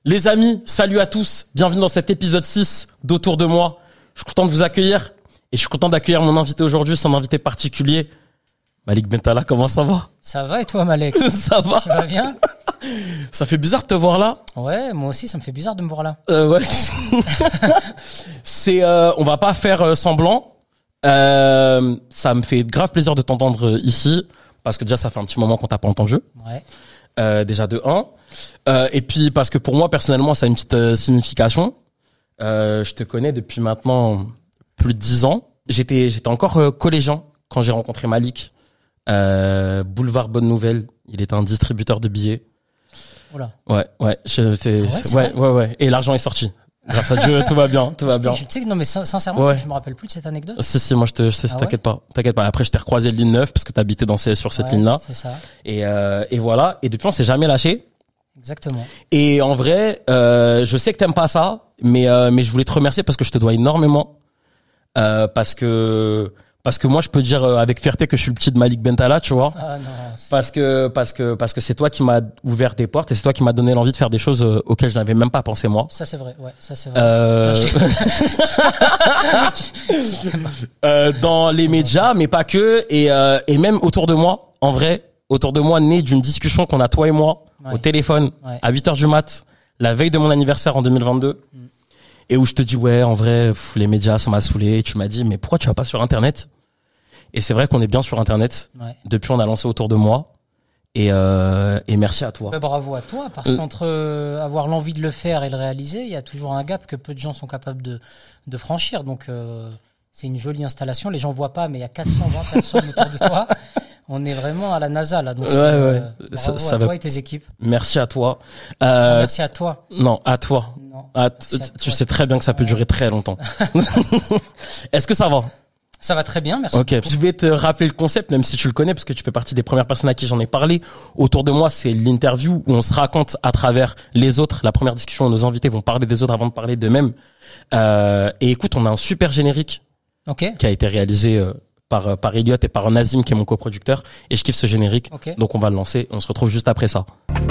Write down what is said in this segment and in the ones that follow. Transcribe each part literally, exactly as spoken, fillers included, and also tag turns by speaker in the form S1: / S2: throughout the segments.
S1: Les amis, salut à tous. Bienvenue dans cet épisode six d'Autour de moi. Je suis content de vous accueillir et je suis content d'accueillir mon invité aujourd'hui. C'est un invité particulier. Malik Bentala, comment ça va?
S2: Ça va et toi, Malek?
S1: Ça va?
S2: Tu vas bien?
S1: Ça fait bizarre de te voir là.
S2: Ouais, moi aussi, ça me fait bizarre de me voir là.
S1: Euh, ouais. C'est, euh, on va pas faire euh, semblant. Euh, ça me fait grave plaisir de t'entendre euh, ici parce que déjà ça fait un petit moment qu'on t'a pas entendu.
S2: Ouais.
S1: Euh, déjà de un. Euh, et puis parce que pour moi personnellement ça a une petite euh, signification. Euh, je te connais depuis maintenant plus de dix ans. J'étais j'étais encore euh, collégien quand j'ai rencontré Malik. Euh, Boulevard Bonne Nouvelle. Il était un distributeur de billets.
S2: Oula.
S1: Ouais ouais. Je, c'est,
S2: Ah ouais,
S1: c'est,
S2: c'est
S1: ouais,
S2: vrai
S1: ouais ouais. Et l'argent est sorti. Grâce à Dieu, tout va bien, tout va bien.
S2: Tu sais que non mais sin- sincèrement,
S1: Ouais.
S2: je me rappelle plus de cette anecdote.
S1: Si si, moi je te, je sais,
S2: Ah
S1: t'inquiète
S2: ouais
S1: pas, t'inquiète pas. Après je t'ai recroisé le ligne neuf parce que t'habitais dans ces, sur cette
S2: Ouais,
S1: ligne-là.
S2: C'est ça.
S1: Et euh, et voilà. Et depuis on s'est jamais lâché.
S2: Exactement.
S1: Et en vrai, euh, je sais que t'aimes pas ça, mais euh, mais je voulais te remercier parce que je te dois énormément. Euh, parce que parce que moi je peux dire euh, avec fierté que je suis le petit de Malik Bentala, tu vois.
S2: Ah non. c'est-
S1: Parce que parce que parce que c'est toi qui m'as ouvert des portes et c'est toi qui m'as donné l'envie de faire des choses euh, auxquelles je n'avais même pas pensé moi.
S2: Ça c'est vrai. Ouais, ça c'est vrai.
S1: Euh, euh, dans les médias, mais pas que, et euh, et même autour de moi, en vrai, autour de moi, né d'une discussion qu'on a toi et moi
S2: Ouais.
S1: au téléphone
S2: Ouais.
S1: à huit heures du mat, la veille de mon anniversaire en deux mille vingt-deux,
S2: Mm.
S1: et où je te dis ouais, en vrai, pff, les médias, ça m'a saoulé. Et tu m'as dit mais pourquoi tu vas pas sur Internet? Et c'est vrai qu'on est bien sur Internet.
S2: Ouais.
S1: Depuis, on a lancé autour de moi, et euh, et merci à toi.
S2: Ouais, bravo à toi parce
S1: Euh.
S2: qu'entre euh, avoir l'envie de le faire et le réaliser, il y a toujours un gap que peu de gens sont capables de de franchir. Donc euh, c'est une jolie installation. Les gens voient pas, mais il y a quatre cent vingt personnes autour de toi. On est vraiment à la NASA là. Donc
S1: Ouais,
S2: c'est, euh,
S1: ouais.
S2: bravo
S1: Ça- ça
S2: à
S1: va-
S2: toi et tes équipes.
S1: Merci à toi.
S2: Non,
S1: Euh,
S2: merci à toi.
S1: non, à toi.
S2: Non.
S1: Ah,
S2: Merci
S1: t-
S2: à
S1: tu
S2: toi.
S1: sais très bien que ça peut durer très longtemps. Est-ce que ça va?
S2: Ça va très bien, merci.
S1: Ok. Je vais te rappeler le concept, même si tu le connais, parce que tu fais partie des premières personnes à qui j'en ai parlé. Autour de moi, c'est l'interview où on se raconte à travers les autres. La première discussion où nos invités vont parler des autres avant de parler d'eux-mêmes. Euh, et écoute, on a un super générique
S2: Ok.
S1: qui a été réalisé euh, par par Elliot et par Nazim, qui est mon coproducteur. Et je kiffe ce générique.
S2: Ok.
S1: Donc on va le lancer. On se retrouve juste après ça.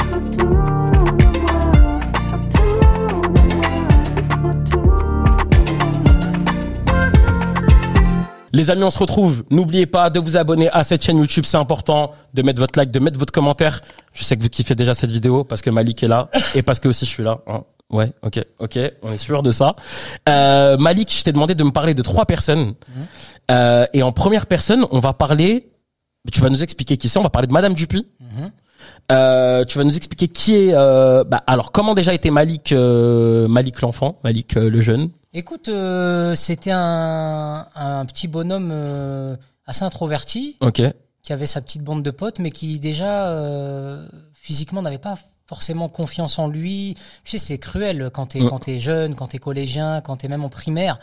S1: Les amis, on se retrouve. N'oubliez pas de vous abonner à cette chaîne YouTube, c'est important. De mettre votre like, de mettre votre commentaire. Je sais que vous kiffez déjà cette vidéo parce que Malik est là et parce que aussi je suis là. Hein. Ouais, ok, ok, on est sûr de ça. Euh, Malik, je t'ai demandé de me parler de trois personnes.
S2: Mhm.
S1: Euh, et en première personne, on va parler. Tu vas nous expliquer qui c'est. On va parler de Madame Dupuis.
S2: Mhm.
S1: Euh, tu vas nous expliquer qui est. Euh, bah, alors, comment déjà était Malik, euh, Malik l'enfant, Malik euh, le jeune.
S2: Écoute, euh, c'était un, un petit bonhomme euh, assez introverti
S1: Ok.
S2: qui avait sa petite bande de potes, mais qui déjà euh, physiquement n'avait pas forcément confiance en lui. Tu sais, c'est cruel quand t'es
S1: Mm.
S2: quand t'es jeune, quand t'es collégien, quand t'es même en primaire.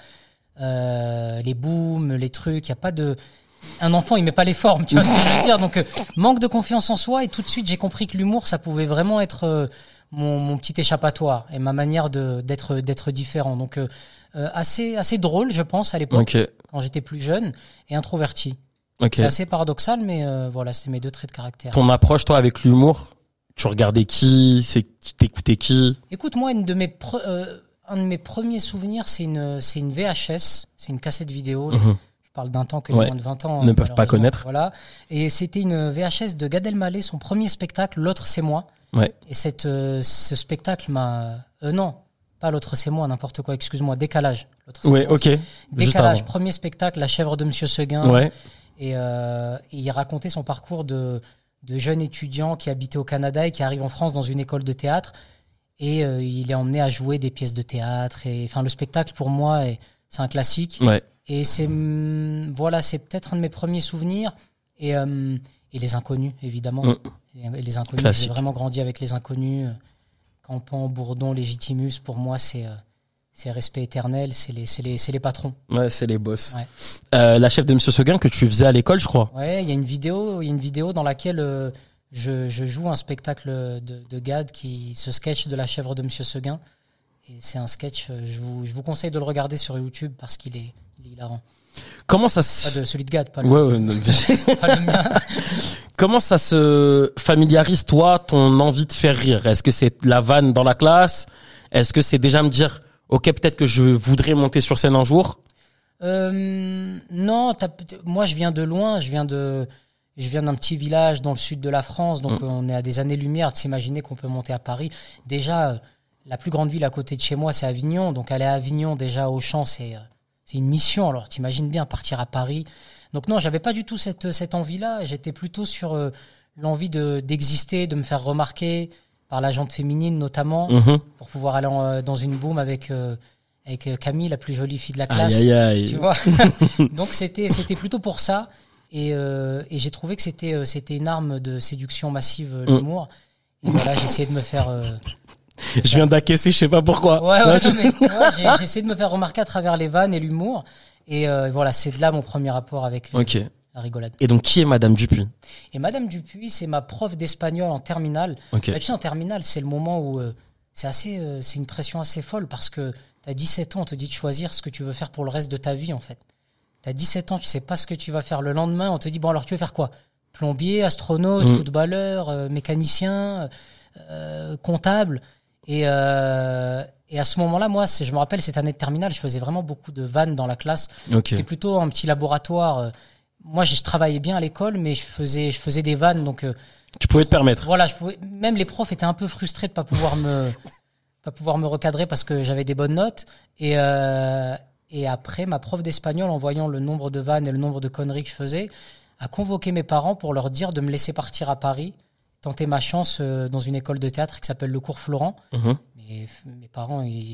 S2: Euh, les booms, les trucs, y a pas de. Un enfant, il met pas les formes, tu vois ce que je veux dire. Donc, euh, manque de confiance en soi, et tout de suite, j'ai compris que l'humour, ça pouvait vraiment être euh, mon, mon petit échappatoire et ma manière de d'être d'être différent. Donc, euh, euh, assez assez drôle, je pense, à l'époque,
S1: Ok.
S2: quand j'étais plus jeune, et introverti.
S1: Ok.
S2: C'est assez paradoxal, mais euh, voilà, c'est mes deux traits de caractère.
S1: Ton approche, toi, avec l'humour, tu regardais qui, c'est qui t'écoutais qui.
S2: Écoute, moi, une de mes pre- euh, un de mes premiers souvenirs, c'est une c'est une V H S, c'est une cassette vidéo.
S1: Mhm.
S2: Je parle d'un temps que les
S1: Ouais.
S2: moins de vingt ans
S1: Ne
S2: euh,
S1: peuvent pas
S2: malheureusement,
S1: connaître.
S2: Voilà. Et c'était une V H S de Gad Elmaleh, son premier spectacle, L'autre c'est moi.
S1: Ouais.
S2: Et cette, euh, ce spectacle m'a... Euh, non, pas L'autre c'est moi, n'importe quoi, excuse-moi, Décalage. L'autre, c'est
S1: Ouais,
S2: moi,
S1: ok.
S2: c'est-
S1: Juste
S2: Décalage,
S1: avant.
S2: premier spectacle, La chèvre de Monsieur Seguin.
S1: Ouais.
S2: Et, euh, et il racontait son parcours de, de jeune étudiant qui habitait au Canada et qui arrive en France dans une école de théâtre. Et euh, il est emmené à jouer des pièces de théâtre. Et enfin, le spectacle, pour moi, est, c'est un classique.
S1: Ouais.
S2: Et c'est hum, voilà, c'est peut-être un de mes premiers souvenirs. Et, euh, et Les Inconnus, évidemment.
S1: Mm.
S2: Et Les Inconnus,
S1: Classique.
S2: j'ai vraiment grandi avec Les Inconnus. Campan, Bourdon, Légitimus, pour moi, c'est euh, c'est respect éternel, c'est les, c'est les, c'est les patrons.
S1: Ouais, c'est les boss.
S2: Ouais.
S1: Euh, la chef de Monsieur Seguin que tu faisais à l'école, je crois.
S2: Ouais, il y a une vidéo, il y a une vidéo dans laquelle euh, je, je joue un spectacle de, de Gad, qui ce sketch de La chèvre de Monsieur Seguin. Et c'est un sketch, euh, je vous, je vous conseille de le regarder sur YouTube parce qu'il est, il est hilarant.
S1: Comment ça
S2: Pas
S1: se...
S2: de celui de Gad, pas le,
S1: Ouais, ouais, non.
S2: pas le mien.
S1: comment ça se familiarise, toi, ton envie de faire rire? Est-ce que c'est la vanne dans la classe? Est-ce que c'est déjà me dire, ok, peut-être que je voudrais monter sur scène un jour?
S2: Euh, non, t'as- moi je viens de loin, je viens de, je viens d'un petit village dans le sud de la France, donc
S1: Mm.
S2: on est à des années-lumière de s'imaginer qu'on peut monter à Paris. Déjà, euh, la plus grande ville à côté de chez moi, c'est Avignon, donc aller à Avignon déjà au champ, c'est, euh, c'est une mission. Alors t'imagines bien partir à Paris. Donc non, j'avais pas du tout cette cette envie-là. J'étais plutôt sur euh, l'envie de d'exister, de me faire remarquer par la gente féminine notamment,
S1: Mhm.
S2: pour pouvoir aller en, euh, dans une boom avec euh, avec euh, Camille, la plus jolie fille de la classe.
S1: Aïe, aïe,
S2: Tu
S1: aïe.
S2: vois. Donc c'était c'était plutôt pour ça et euh, et j'ai trouvé que c'était euh, c'était une arme de séduction massive euh,
S1: Mm.
S2: l'humour. Et voilà, j'ai essayé de me faire euh...
S1: Je viens d'acquiescer, je sais pas pourquoi.
S2: ouais, ouais,
S1: Ouais,
S2: non, mais, ouais, j'ai j'ai essayé de me faire remarquer à travers les vannes et l'humour et euh, voilà, c'est de là mon premier rapport avec le-
S1: Ok.
S2: la rigolade.
S1: Et donc, qui est Madame Dupuis?
S2: Et Madame Dupuis, c'est ma prof d'espagnol en terminale.
S1: Ok.
S2: Bah, tu sais, en terminale, c'est le moment où euh, c'est assez, euh, c'est une pression assez folle parce que t'as dix-sept ans, on te dit de choisir ce que tu veux faire pour le reste de ta vie, en fait. T'as dix-sept ans, tu sais pas ce que tu vas faire le lendemain, on te dit, bon, alors tu veux faire quoi? Plombier, astronaute,
S1: Mm.
S2: footballeur, euh, mécanicien, euh, comptable. Et, euh, et à ce moment-là, moi, c'est- je me rappelle cette année de terminale, je faisais vraiment beaucoup de vannes dans la classe.
S1: Ok.
S2: C'était plutôt un petit laboratoire. euh, Moi, je je travaillais bien à l'école, mais je faisais, je faisais des vannes, donc euh,
S1: Tu pouvais te permettre.
S2: voilà, je pouvais, même les profs étaient un peu frustrés de pas pouvoir me, pas pouvoir me recadrer parce que j'avais des bonnes notes. Et, euh, et après, ma prof d'espagnol, en voyant le nombre de vannes et le nombre de conneries que je faisais, a convoqué mes parents pour leur dire de me laisser partir à Paris, tenter ma chance euh, dans une école de théâtre qui s'appelle le Cours Florent.
S1: Mhm.
S2: Mais f- mes parents, ils-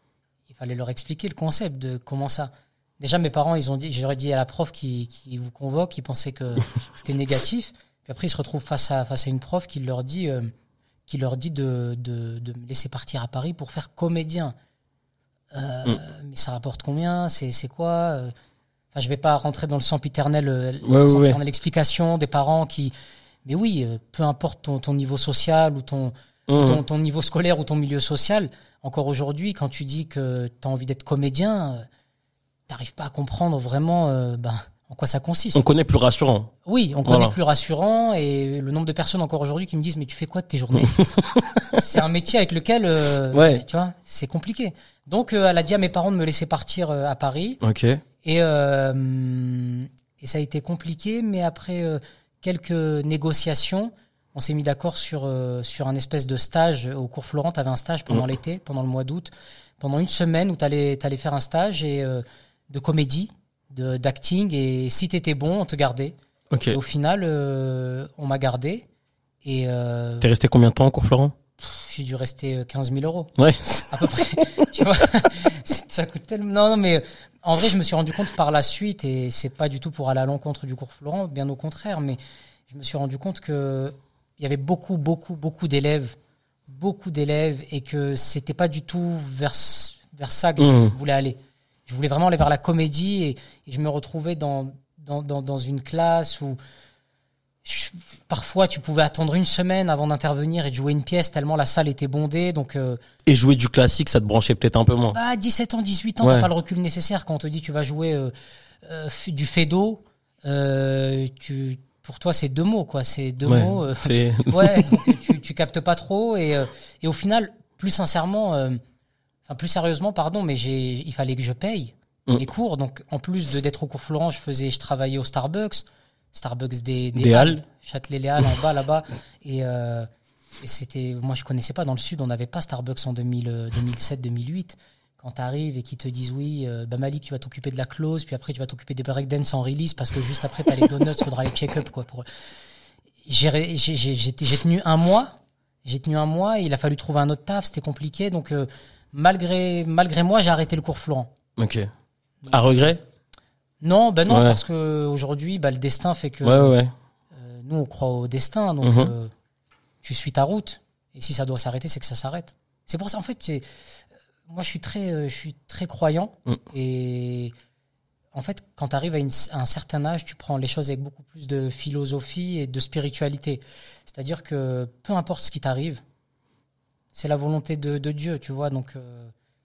S2: il fallait leur expliquer le concept de comment ça. Déjà, mes parents, ils ont dit, j'aurais dit à la prof qui, qui vous convoque, ils pensaient que c'était négatif. Puis après, ils se retrouvent face à, face à une prof qui leur dit, euh, qui leur dit de, de, de me laisser partir à Paris pour faire comédien. Euh,
S1: Mm.
S2: Mais ça rapporte combien? C'est, c'est quoi? Euh, Enfin, je vais pas rentrer dans le sempiternel, euh,
S1: Ouais, ouais,
S2: sempiternelle explication des parents qui. Mais oui, euh, peu importe ton, ton niveau social ou ton,
S1: Mhm.
S2: ton, ton niveau scolaire ou ton milieu social, encore aujourd'hui, quand tu dis que tu as envie d'être comédien, euh, t'arrives pas à comprendre vraiment euh, ben, en quoi ça consiste.
S1: On connaît plus rassurant.
S2: Oui, on connaît
S1: Voilà.
S2: plus rassurant et le nombre de personnes encore aujourd'hui qui me disent mais tu fais quoi de tes journées? C'est un métier avec lequel euh,
S1: Ouais.
S2: tu vois, c'est compliqué. Donc euh, elle a dit à mes parents de me laisser partir euh, à Paris
S1: Ok.
S2: et euh, et ça a été compliqué, mais après euh, quelques négociations, on s'est mis d'accord sur euh, sur un espèce de stage au cours Florent. T'avais un stage pendant
S1: Mm.
S2: l'été, pendant le mois d'août, pendant une semaine où t'allais t'allais faire un stage et euh, de comédie, de d'acting, et si t'étais bon, on te gardait.
S1: Ok.
S2: Et au final, euh, on m'a gardé et euh,
S1: T'es resté combien de temps en cours Florent?
S2: j'ai dû rester quinze mille euros
S1: Ouais.
S2: à peu près. Tu vois, C'est- ça coûte tellement. Non, non, mais en vrai, je me suis rendu compte par la suite, et c'est pas du tout pour aller à l'encontre du cours Florent, bien au contraire, mais je me suis rendu compte que il y avait beaucoup, beaucoup, beaucoup d'élèves, beaucoup d'élèves, et que c'était pas du tout vers vers ça que
S1: Mmh.
S2: je voulais aller. Je voulais vraiment aller vers la comédie, et, et je me retrouvais dans dans dans, dans une classe où je- parfois tu pouvais attendre une semaine avant d'intervenir et de jouer une pièce tellement la salle était bondée, donc euh,
S1: Et jouer du classique, ça te branchait peut-être un peu moins.
S2: bah, dix-sept ans, dix-huit ans,
S1: Ouais.
S2: t'as pas le recul nécessaire quand on te dit tu vas jouer euh, euh, f- du Fédo. Euh, tu, pour toi, c'est deux mots, quoi. C'est deux
S1: Ouais.
S2: mots. euh,
S1: C'est-
S2: ouais, donc tu, tu captes pas trop. Et, euh, et au final, plus sincèrement, euh, enfin, plus sérieusement, pardon, mais j'ai, il fallait que je paye
S1: Mm.
S2: les cours. Donc, en plus de d'être au cours Florent, je faisais, je travaillais au Starbucks. Starbucks des,
S1: Des Halles.
S2: Châtelet-Les Halles, en bas, là-bas. Et, euh, et c'était, moi, je connaissais pas dans le sud, on n'avait pas Starbucks en deux mille, euh, deux mille sept, deux mille huit. Quand tu arrives et qu'ils te disent oui, euh, bah Malik, tu vas t'occuper de la close, puis après tu vas t'occuper des breakdance en release parce que juste après t'as les donuts, faudra les check-up, quoi. Pour... J'ai, ré- j'ai, j'ai, j'ai, j'ai tenu un mois, j'ai tenu un mois, et il a fallu trouver un autre taf, c'était compliqué, donc euh, malgré, malgré moi, j'ai arrêté le cours Florent.
S1: Ok. À regret?
S2: Non, ben non,
S1: Ouais.
S2: parce que aujourd'hui, bah, le destin fait que
S1: Ouais, ouais, ouais.
S2: euh, nous on croit au destin, donc
S1: Mhm.
S2: euh, tu suis ta route, et si ça doit s'arrêter, c'est que ça s'arrête. C'est pour ça, en fait, j'ai- moi je suis très, euh, je suis très croyant,
S1: Mm.
S2: et en fait, quand tu arrives à, une- à un certain âge, tu prends les choses avec beaucoup plus de philosophie et de spiritualité. C'est-à-dire que peu importe ce qui t'arrive, c'est la volonté de, de Dieu, tu vois. Donc, euh,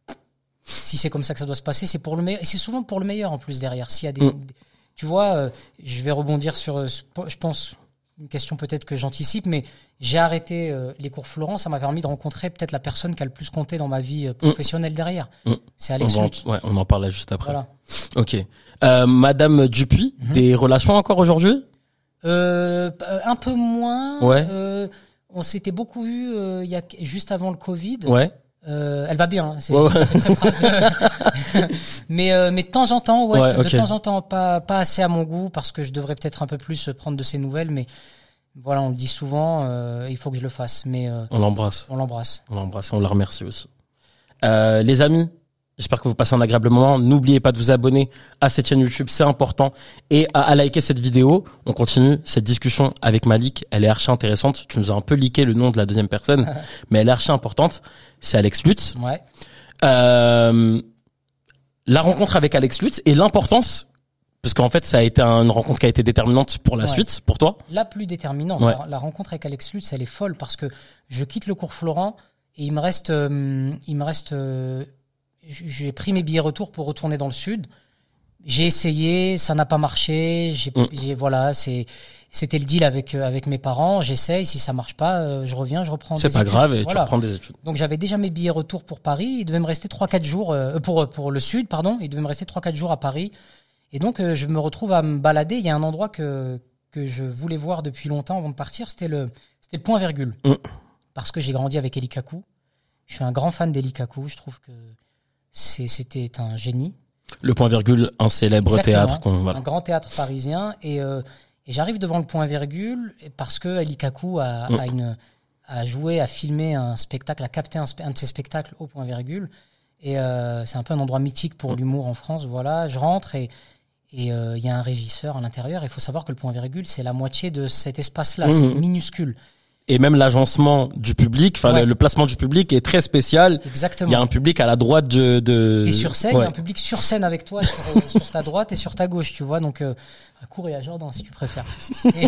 S2: si c'est comme ça que ça doit se passer, c'est pour le meilleur. Et c'est souvent pour le meilleur en plus derrière. S'il y a des,
S1: Mm.
S2: des- tu vois, euh, je vais rebondir sur, euh, ce- je pense, une question peut-être que j'anticipe, mais j'ai arrêté euh, les cours Florent. Ça m'a permis de rencontrer peut-être la personne qui a le plus compté dans ma vie euh, professionnelle mmh. derrière. Mmh. C'est Alex
S1: on
S2: Lutz.
S1: En, ouais, on en parle juste après.
S2: Voilà.
S1: Ok. Euh, Madame Dupuis, mmh. des relations encore aujourd'hui?
S2: euh, Un peu moins.
S1: Ouais.
S2: Euh, on s'était beaucoup vu euh, il y a juste avant le Covid.
S1: Ouais.
S2: Euh, elle va bien, hein, c'est,
S1: ouais,
S2: ça fait très phrase de... mais euh, mais de temps en temps, ouais,
S1: ouais
S2: de,
S1: okay.
S2: de temps en temps, pas pas assez à mon goût parce que je devrais peut-être un peu plus prendre de ses nouvelles, mais voilà, on le dit souvent, euh, il faut que je le fasse. Mais euh,
S1: on l'embrasse,
S2: on l'embrasse,
S1: on l'embrasse, on la remercie aussi. Euh, les amis, j'espère que vous passez un agréable moment. N'oubliez pas de vous abonner à cette chaîne YouTube, c'est important, et à, à liker cette vidéo. On continue cette discussion avec Malik, elle est archi intéressante. Tu nous as un peu leaké le nom de la deuxième personne, mais elle est archi importante. C'est Alex Lutz.
S2: Ouais.
S1: Euh, la rencontre avec Alex Lutz et l'importance, parce qu'en fait, ça a été une rencontre qui a été déterminante pour la ouais. suite, pour toi.
S2: La plus déterminante. Ouais. La, la rencontre avec Alex Lutz, elle est folle parce que je quitte le cours Florent et il me reste, euh, il me reste, euh, j'ai pris mes billets retour pour retourner dans le sud. J'ai essayé, ça n'a pas marché. J'ai, mm. j'ai voilà, c'est. C'était le deal avec avec mes parents. J'essaye. Si ça marche pas, euh, je reviens, je reprends.
S1: C'est
S2: des
S1: pas
S2: études.
S1: grave et
S2: voilà.
S1: tu reprends des études.
S2: Donc j'avais déjà mes billets retour pour Paris. Il devait me rester trois quatre jours euh, pour pour le sud, pardon. Il devait me rester trois quatre jours à Paris. Et donc euh, je me retrouve à me balader. Il y a un endroit que que je voulais voir depuis longtemps avant de partir. C'était le c'était le point virgule. Mm. Parce que j'ai grandi avec Eli Kaku. Je suis un grand fan d'Eli Kaku. Je trouve que c'est c'était un génie. Le point virgule, un célèbre Exactement. théâtre. Qu'on, voilà. Un grand théâtre parisien et euh, Et j'arrive devant le point virgule parce que Eli Kaku a, mmh. a, une, a joué, a filmé un spectacle, a capté un, un de ses spectacles au point virgule. Et euh, c'est un peu un endroit mythique pour mmh. l'humour en France. Voilà, je rentre et il et, euh, y a un régisseur à l'intérieur. Il faut savoir que le point virgule, c'est la moitié de cet espace-là. Mmh. C'est minuscule. Et même l'agencement du public, enfin ouais. le, le placement du public est très spécial. Exactement. Il y a un public à la droite de. de... T'es sur scène, il ouais. y a un public sur scène avec toi sur, sur ta droite et sur ta gauche, tu vois. Donc euh, à Cour et à Jordan, si tu préfères. Et,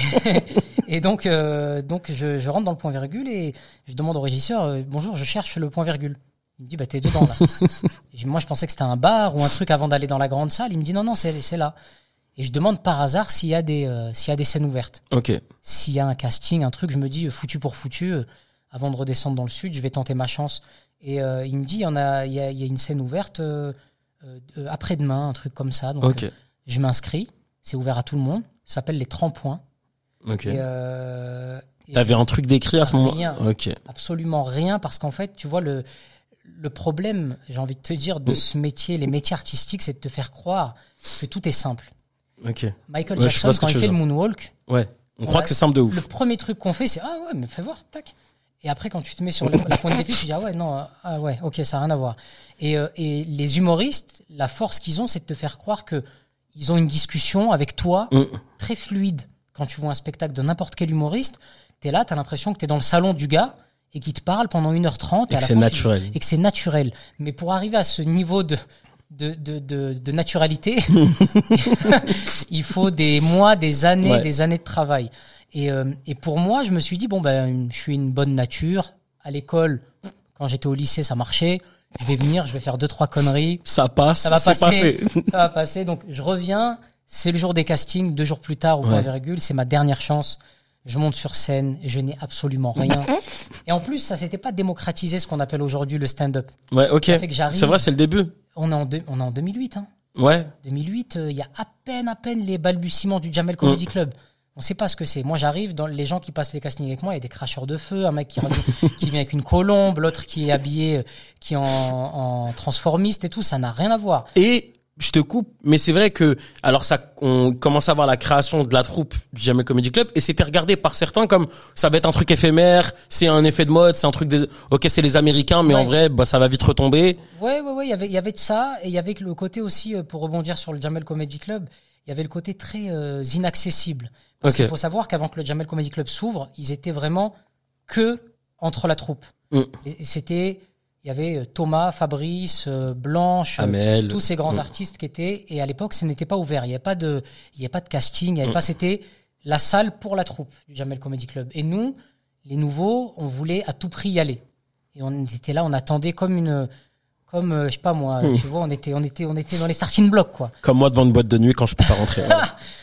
S2: et donc, euh, donc je, je rentre dans le point virgule et je demande au régisseur euh, bonjour, je cherche le point virgule. Il me dit bah t'es dedans là. Et moi je pensais que c'était un bar ou un truc avant d'aller dans la grande salle. Il me dit non non c'est c'est là. Et je demande par hasard s'il y a des euh, s'il y a des scènes ouvertes. Ok. S'il y a un casting, un truc, je me dis euh, foutu pour foutu. Euh, avant de redescendre dans le sud, je vais tenter ma chance. Et euh, il me dit il y en a il y a il y a une scène ouverte euh, euh, après-demain, un truc comme ça. Donc okay. euh, je m'inscris. C'est ouvert à tout le monde. Ça s'appelle les trente points. Ok. Et, euh, et T'avais un truc d'écrit à ce moment? Rien. Ok. Absolument rien parce qu'en fait, tu vois le le problème, j'ai envie de te dire, de mmh. ce métier, les métiers artistiques, c'est de te faire croire que tout est simple. Ok. Michael ouais, Jackson, quand il fait le moonwalk. Ouais. On, on croit a, que c'est simple de ouf. Le premier truc qu'on fait, c'est ah ouais, mais fais voir, tac. Et après, quand tu te mets sur la, la pointe des pieds, tu dis ah ouais, non, ah ouais, ok, ça n'a rien à voir. Et, euh, et les humoristes, la force qu'ils ont, c'est de te faire croire que ils ont une discussion avec toi mm. très fluide. Quand tu vois un spectacle de n'importe quel humoriste, t'es là, t'as l'impression que t'es dans le salon du gars et qu'il te parle pendant une heure trente. Et, et que c'est naturel. Tu, et que c'est naturel. Mais pour arriver à ce niveau de de de de, de naturalité, il faut des mois, des années, ouais. des années de travail. Et euh, et pour moi, je me suis dit bon ben, je suis une bonne nature. À l'école, quand j'étais au lycée, ça marchait. Je vais venir, je vais faire deux trois conneries. Ça passe, ça va passer, passé. ça va passer. Donc je reviens. C'est le jour des castings. Deux jours plus tard, au ouais. point virgule, c'est ma dernière chance. Je monte sur scène, je n'ai absolument rien. Et en plus, ça s'était pas démocratisé ce qu'on appelle aujourd'hui le stand-up. Ouais, ok. Ça fait que j'arrive. C'est vrai, c'est le début. On est en deux, on est en deux mille huit, hein. Ouais. deux mille huit, il euh, y a à peine, à peine les balbutiements du Jamel Comedy mmh. Club. On sait pas ce que c'est. Moi, j'arrive dans les gens qui passent les castings avec moi, il y a des cracheurs de feu, un mec qui, qui vient avec une colombe, l'autre qui est habillé, qui est en, en transformiste et tout. Ça n'a rien à voir. Et je te coupe, mais c'est vrai que alors ça, on commence à voir la création de la troupe du Jamel Comedy Club et c'était regardé par certains comme ça va être un truc éphémère, c'est un effet de mode, c'est un truc des, ok c'est les Américains, mais ouais. en vrai bah ça va vite retomber. Ouais ouais ouais, il y avait il y avait de ça et il y avait le côté aussi pour rebondir sur le Jamel Comedy Club, il y avait le côté très euh, inaccessible. Parce okay. qu'il faut savoir qu'avant que le Jamel Comedy Club s'ouvre, ils étaient vraiment que entre la troupe. Mm. Et c'était il y avait Thomas, Fabrice, Blanche, Amel, tous ces grands mmh. artistes qui étaient. Et à l'époque, ce n'était pas ouvert. Il n'y avait pas de, il y avait pas de casting. Il y avait mmh. pas. C'était la salle pour la troupe du Jamel Comedy Club. Et nous, les nouveaux, on voulait à tout prix y aller. Et on était là, on attendait comme une, comme je sais pas moi. Mmh. Tu vois, on était, on était, on était dans les starting blocks quoi. Comme moi devant une boîte de nuit quand je peux pas rentrer.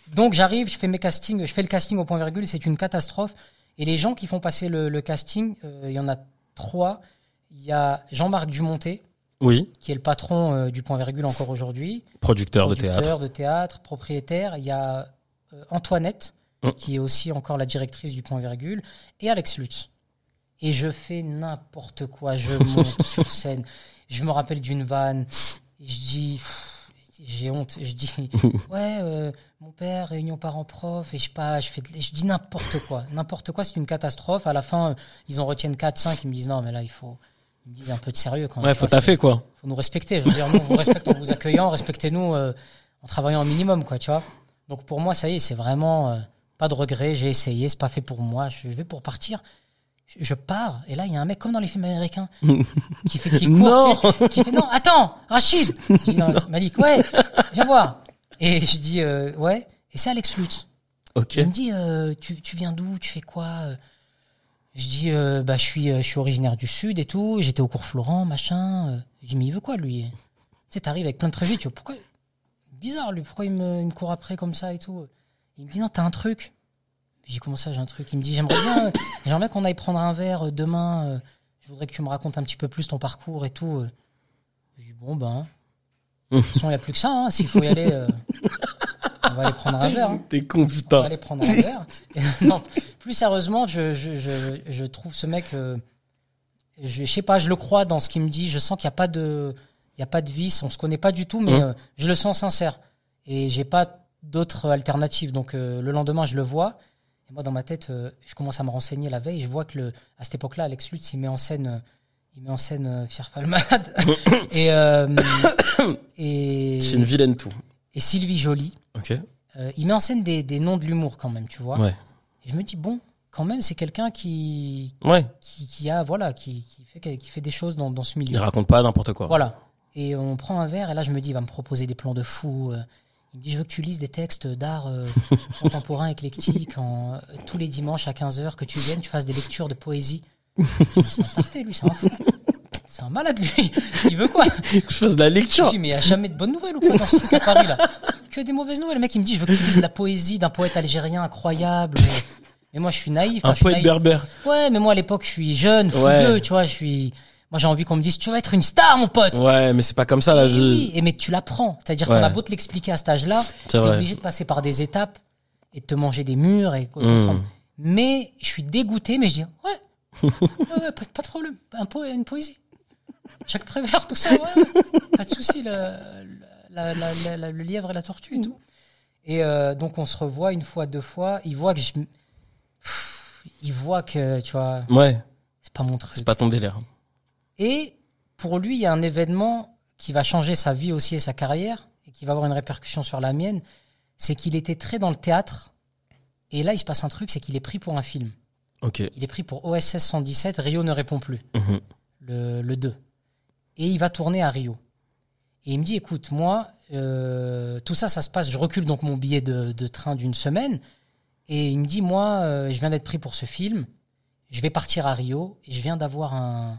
S2: Donc j'arrive, je fais mes castings, je fais le casting au point virgule, c'est une catastrophe. Et les gens qui font passer le, le casting, il euh, y en a trois. Il y a Jean-Marc Dumonté,
S1: oui,
S2: qui est le patron euh, du point virgule encore aujourd'hui.
S1: Producteur,
S2: Producteur
S1: de théâtre.
S2: Producteur de théâtre, propriétaire. Il y a euh, Antoinette, mmh. qui est aussi encore la directrice du point virgule, et Alex Lutz. Et je fais n'importe quoi, je monte sur scène. Je me rappelle d'une vanne, et je dis... J'ai honte. Je dis, ouais, euh, mon père, réunion parents-prof, et je sais pas, je fais, de, je dis n'importe quoi. N'importe quoi, c'est une catastrophe. À la fin, ils en retiennent quatre, cinq, ils me disent, non, mais là, il faut, ils me disent un peu de sérieux quand même.
S1: Ouais, faut taffer, quoi.
S2: Faut nous respecter. Je veux dire, nous, on vous respecte en vous accueillant, respectez-nous, euh, en travaillant un minimum, quoi, tu vois. Donc, pour moi, ça y est, c'est vraiment, euh, pas de regret, j'ai essayé, c'est pas fait pour moi, je vais pour partir. Je pars, et là, il y a un mec comme dans les films américains qui fait qui court, tu sais, qui fait non, attends, Rachid. Je dis non, Malik, ouais, viens voir. Et je dis euh, ouais, et c'est Alex Lutz.
S1: Ok.
S2: Il me dit euh, tu tu viens d'où, tu fais quoi? Je dis euh, bah je suis je suis originaire du sud et tout, j'étais au cours Florent, machin. Je dis mais il veut quoi lui? Tu sais, t'arrives avec plein de préjugés, tu vois pourquoi? Bizarre lui, pourquoi il me il me court après comme ça et tout? Il me dit non, t'as un truc. J'ai comment ça, j'ai un truc. Il me dit, j'aimerais bien, euh, j'aimerais qu'on aille prendre un verre euh, demain. Euh, je voudrais que tu me racontes un petit peu plus ton parcours et tout. Euh. Je dis, bon, ben, de toute façon, il n'y a plus que ça. Hein, s'il faut y aller, euh, on va aller prendre un verre. Hein.
S1: T'es con, putain.
S2: On va aller prendre un verre. Et, non, plus sérieusement, je, je, je, je trouve ce mec, euh, je, je sais pas, je le crois dans ce qu'il me dit. Je sens qu'il n'y a pas de, il y a pas de vice. On se connaît pas du tout, mais mmh. euh, je le sens sincère. Et j'ai pas d'autres alternatives. Donc, euh, le lendemain, je le vois. Et moi, dans ma tête, euh, je commence à me renseigner la veille. Je vois que, le, à cette époque-là, Alex Lutz, il met en scène, euh, il met en scène euh, Pierre Palmade et, euh, et
S1: c'est une vilaine tout.
S2: Et Sylvie Joly.
S1: Ok.
S2: Euh, il met en scène des, des noms de l'humour quand même, tu vois.
S1: Ouais.
S2: Et je me dis bon, quand même, c'est quelqu'un qui,
S1: ouais,
S2: qui, qui a, voilà, qui, qui fait, qui fait des choses dans, dans ce milieu.
S1: Il raconte pas n'importe quoi.
S2: Voilà. Et on prend un verre et là, je me dis, il va me proposer des plans de fou. Euh, Il me dit, je veux que tu lises des textes d'art euh, contemporain éclectique en, euh, tous les dimanches à quinze heures, que tu viennes, tu fasses des lectures de poésie. C'est un tarté, lui, c'est un fou. C'est un malade, lui. Il veut quoi?
S1: Que je fasse de la lecture.
S2: Je dis, mais il n'y a jamais de bonnes nouvelles ou quoi dans ce truc à Paris, là? Que des mauvaises nouvelles. Le mec, il me dit, je veux que tu lises de la poésie d'un poète algérien incroyable. Mais moi, je suis naïf.
S1: Un
S2: hein,
S1: poète
S2: naïf.
S1: berbère.
S2: Ouais, mais moi, à l'époque, je suis jeune, fougueux,
S1: ouais.
S2: tu vois, je suis... Moi, j'ai envie qu'on me dise, tu vas être une star, mon pote.
S1: Ouais, mais c'est pas comme ça, la
S2: et
S1: vie.
S2: Oui, et mais tu l'apprends. C'est-à-dire
S1: ouais.
S2: qu'on a beau te l'expliquer à cet âge-là, t'es obligé de passer par des étapes et de te manger des murs et mmh. Mais je suis dégoûté, mais je dis, ouais, ouais, ouais pas, pas de problème. Un po- une poésie. Chaque Prévert, tout ça, ouais. Pas de souci, le, la, la, la, la, le lièvre et la tortue et tout. Et euh, donc, on se revoit une fois, deux fois. Il voit que je, Pff, il voit que, tu vois.
S1: Ouais.
S2: C'est pas mon truc.
S1: C'est pas ton délire.
S2: Et pour lui, il y a un événement qui va changer sa vie aussi et sa carrière et qui va avoir une répercussion sur la mienne. C'est qu'il était très dans le théâtre. Et là, il se passe un truc, c'est qu'il est pris pour un film.
S1: Ok.
S2: Il est pris pour O S S cent dix-sept, Rio ne répond plus, mmh. le, le deux. Et il va tourner à Rio. Et il me dit, écoute, moi, euh, tout ça, ça se passe, je recule donc mon billet de, de train d'une semaine. Et il me dit, moi, euh, je viens d'être pris pour ce film. Je vais partir à Rio et je viens d'avoir un...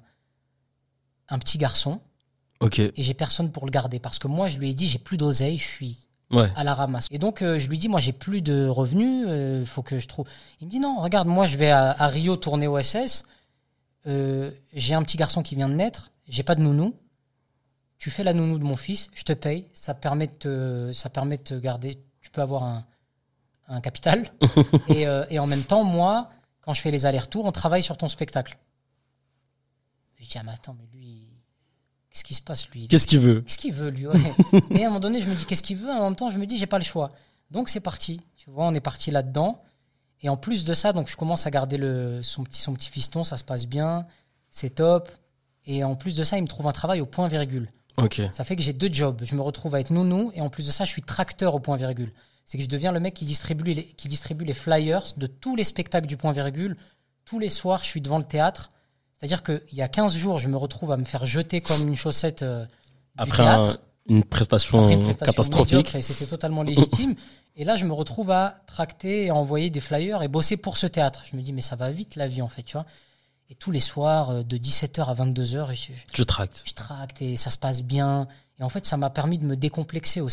S2: un petit garçon,
S1: okay.
S2: et j'ai personne pour le garder parce que moi je lui ai dit j'ai plus d'oseille, je suis
S1: ouais.
S2: à la ramasse. Et donc euh, je lui dis moi j'ai plus de revenus, il euh, faut que je trouve. Il me dit non, regarde, moi je vais à, à Rio tourner O S S, euh, j'ai un petit garçon qui vient de naître, j'ai pas de nounou, tu fais la nounou de mon fils, je te paye, ça permet de te, ça permet de te garder, tu peux avoir un, un capital et, euh, et en même temps moi quand je fais les allers-retours on travaille sur ton spectacle. Je dis, ah, mais attends, mais lui, qu'est-ce qui se passe, lui?
S1: Qu'est-ce qu'il veut?
S2: Qu'est-ce qu'il veut, lui? Ouais. Et à un moment donné, je me dis, qu'est-ce qu'il veut? En même temps, je me dis, j'ai pas le choix. Donc, c'est parti. Tu vois, on est parti là-dedans. Et en plus de ça, donc, je commence à garder le, son petit, son petit fiston, ça se passe bien. C'est top. Et en plus de ça, il me trouve un travail au point virgule.
S1: Ok.
S2: Ça fait que j'ai deux jobs. Je me retrouve à être nounou. Et en plus de ça, je suis tracteur au point virgule. C'est que je deviens le mec qui distribue les, qui distribue les flyers de tous les spectacles du point virgule. Tous les soirs, je suis devant le théâtre. C'est-à-dire qu'il y a quinze jours, je me retrouve à me faire jeter comme une chaussette euh, du
S1: Après
S2: théâtre.
S1: Un, une prestation, Après une prestation catastrophique.
S2: Et c'était totalement légitime. Et là, je me retrouve à tracter et à envoyer des flyers et bosser pour ce théâtre. Je me dis, mais ça va vite la vie, en fait, tu vois. Et tous les soirs, de dix-sept heures à vingt-deux heures, je,
S1: je tracte.
S2: Je tracte et ça se passe bien. Et en fait, ça m'a permis de me décomplexer aussi.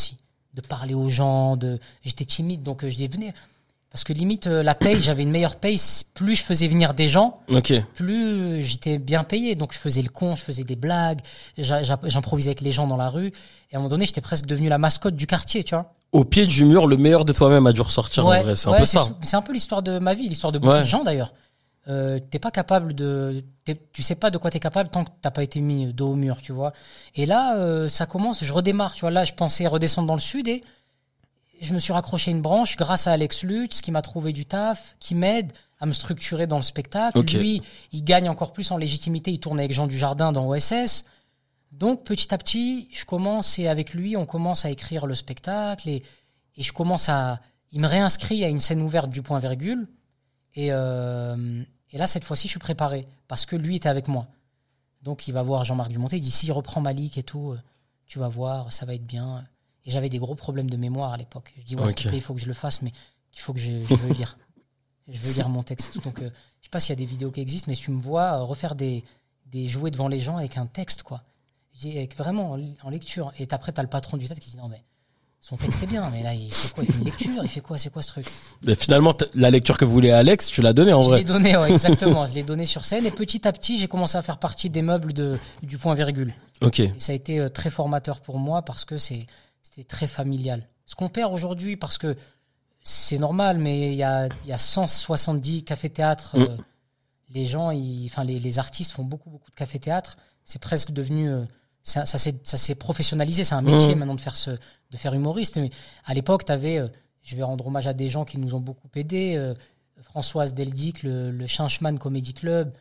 S2: de parler aux gens. De, j'étais timide, donc euh, je dis venez. Parce que limite, euh, la paye, j'avais une meilleure paye. Plus je faisais venir des gens,
S1: Ok.
S2: plus j'étais bien payé. Donc je faisais le con, je faisais des blagues, j'a- j'a- j'improvisais avec les gens dans la rue. Et à un moment donné, j'étais presque devenu la mascotte du quartier, tu vois.
S1: Au pied du mur, le meilleur de toi-même a dû ressortir
S2: Ouais,
S1: en vrai. C'est
S2: ouais,
S1: un peu
S2: c'est
S1: ça.
S2: sou- C'est un peu l'histoire de ma vie, l'histoire de beaucoup
S1: Ouais.
S2: de gens d'ailleurs. Euh, t'es pas capable de, t'es- tu sais pas de quoi t'es capable tant que t'as pas été mis dos au mur, tu vois. Et là, euh, ça commence, je redémarre, tu vois. Là, je pensais redescendre dans le sud et je me suis raccroché à une branche grâce à Alex Lutz, qui m'a trouvé du taf, qui m'aide à me structurer dans le spectacle.
S1: Ok.
S2: Lui, il gagne encore plus en légitimité. Il tourne avec Jean Dujardin dans O S S. Donc, petit à petit, je commence et avec lui, on commence à écrire le spectacle et, et je commence à, il me réinscrit à une scène ouverte du point virgule. Et, euh, et là, cette fois-ci, je suis préparé parce que lui était avec moi. Donc, il va voir Jean-Marc Dumontet. Il dit, s'il reprend Malik et tout, euh, tu vas voir, ça va être bien. Et j'avais des gros problèmes de mémoire à l'époque. Je dis, ouais,
S1: Ok.
S2: s'il te plaît, il faut que je le fasse, mais il faut que je, je veux lire. Je veux lire mon texte. Donc, euh, je sais pas s'il y a des vidéos qui existent, mais tu me vois euh, refaire des, des jouets devant les gens avec un texte, quoi. Je dis, avec vraiment en, li- en lecture. Et après, t'as le patron du théâtre qui dit, non, mais son texte est bien, mais là, il fait quoi? Il fait une lecture? Il fait quoi? C'est quoi ce truc?
S1: Et finalement, t- la lecture que voulait Alex, tu l'as donnée en
S2: Je l'ai
S1: vrai.
S2: donné, ouais, exactement. Je l'ai donné sur scène. Et petit à petit, j'ai commencé à faire partie des meubles de, du point virgule.
S1: Ok.
S2: Et ça a été euh, très formateur pour moi parce que c'est, c'était très familial. Ce qu'on perd aujourd'hui, parce que c'est normal, mais il y a, il y a cent soixante-dix cafés-théâtres. Euh, les gens, ils, enfin, les, les artistes font beaucoup, beaucoup de cafés-théâtres. C'est presque devenu, euh, ça, ça s'est, ça s'est professionnalisé. C'est un métier
S1: Mmh.
S2: maintenant de faire ce, de faire humoriste. Mais à l'époque, t'avais, euh, je vais rendre hommage à des gens qui nous ont beaucoup aidés. Euh, Françoise Deldic, le, le Chinchman Comedy Club,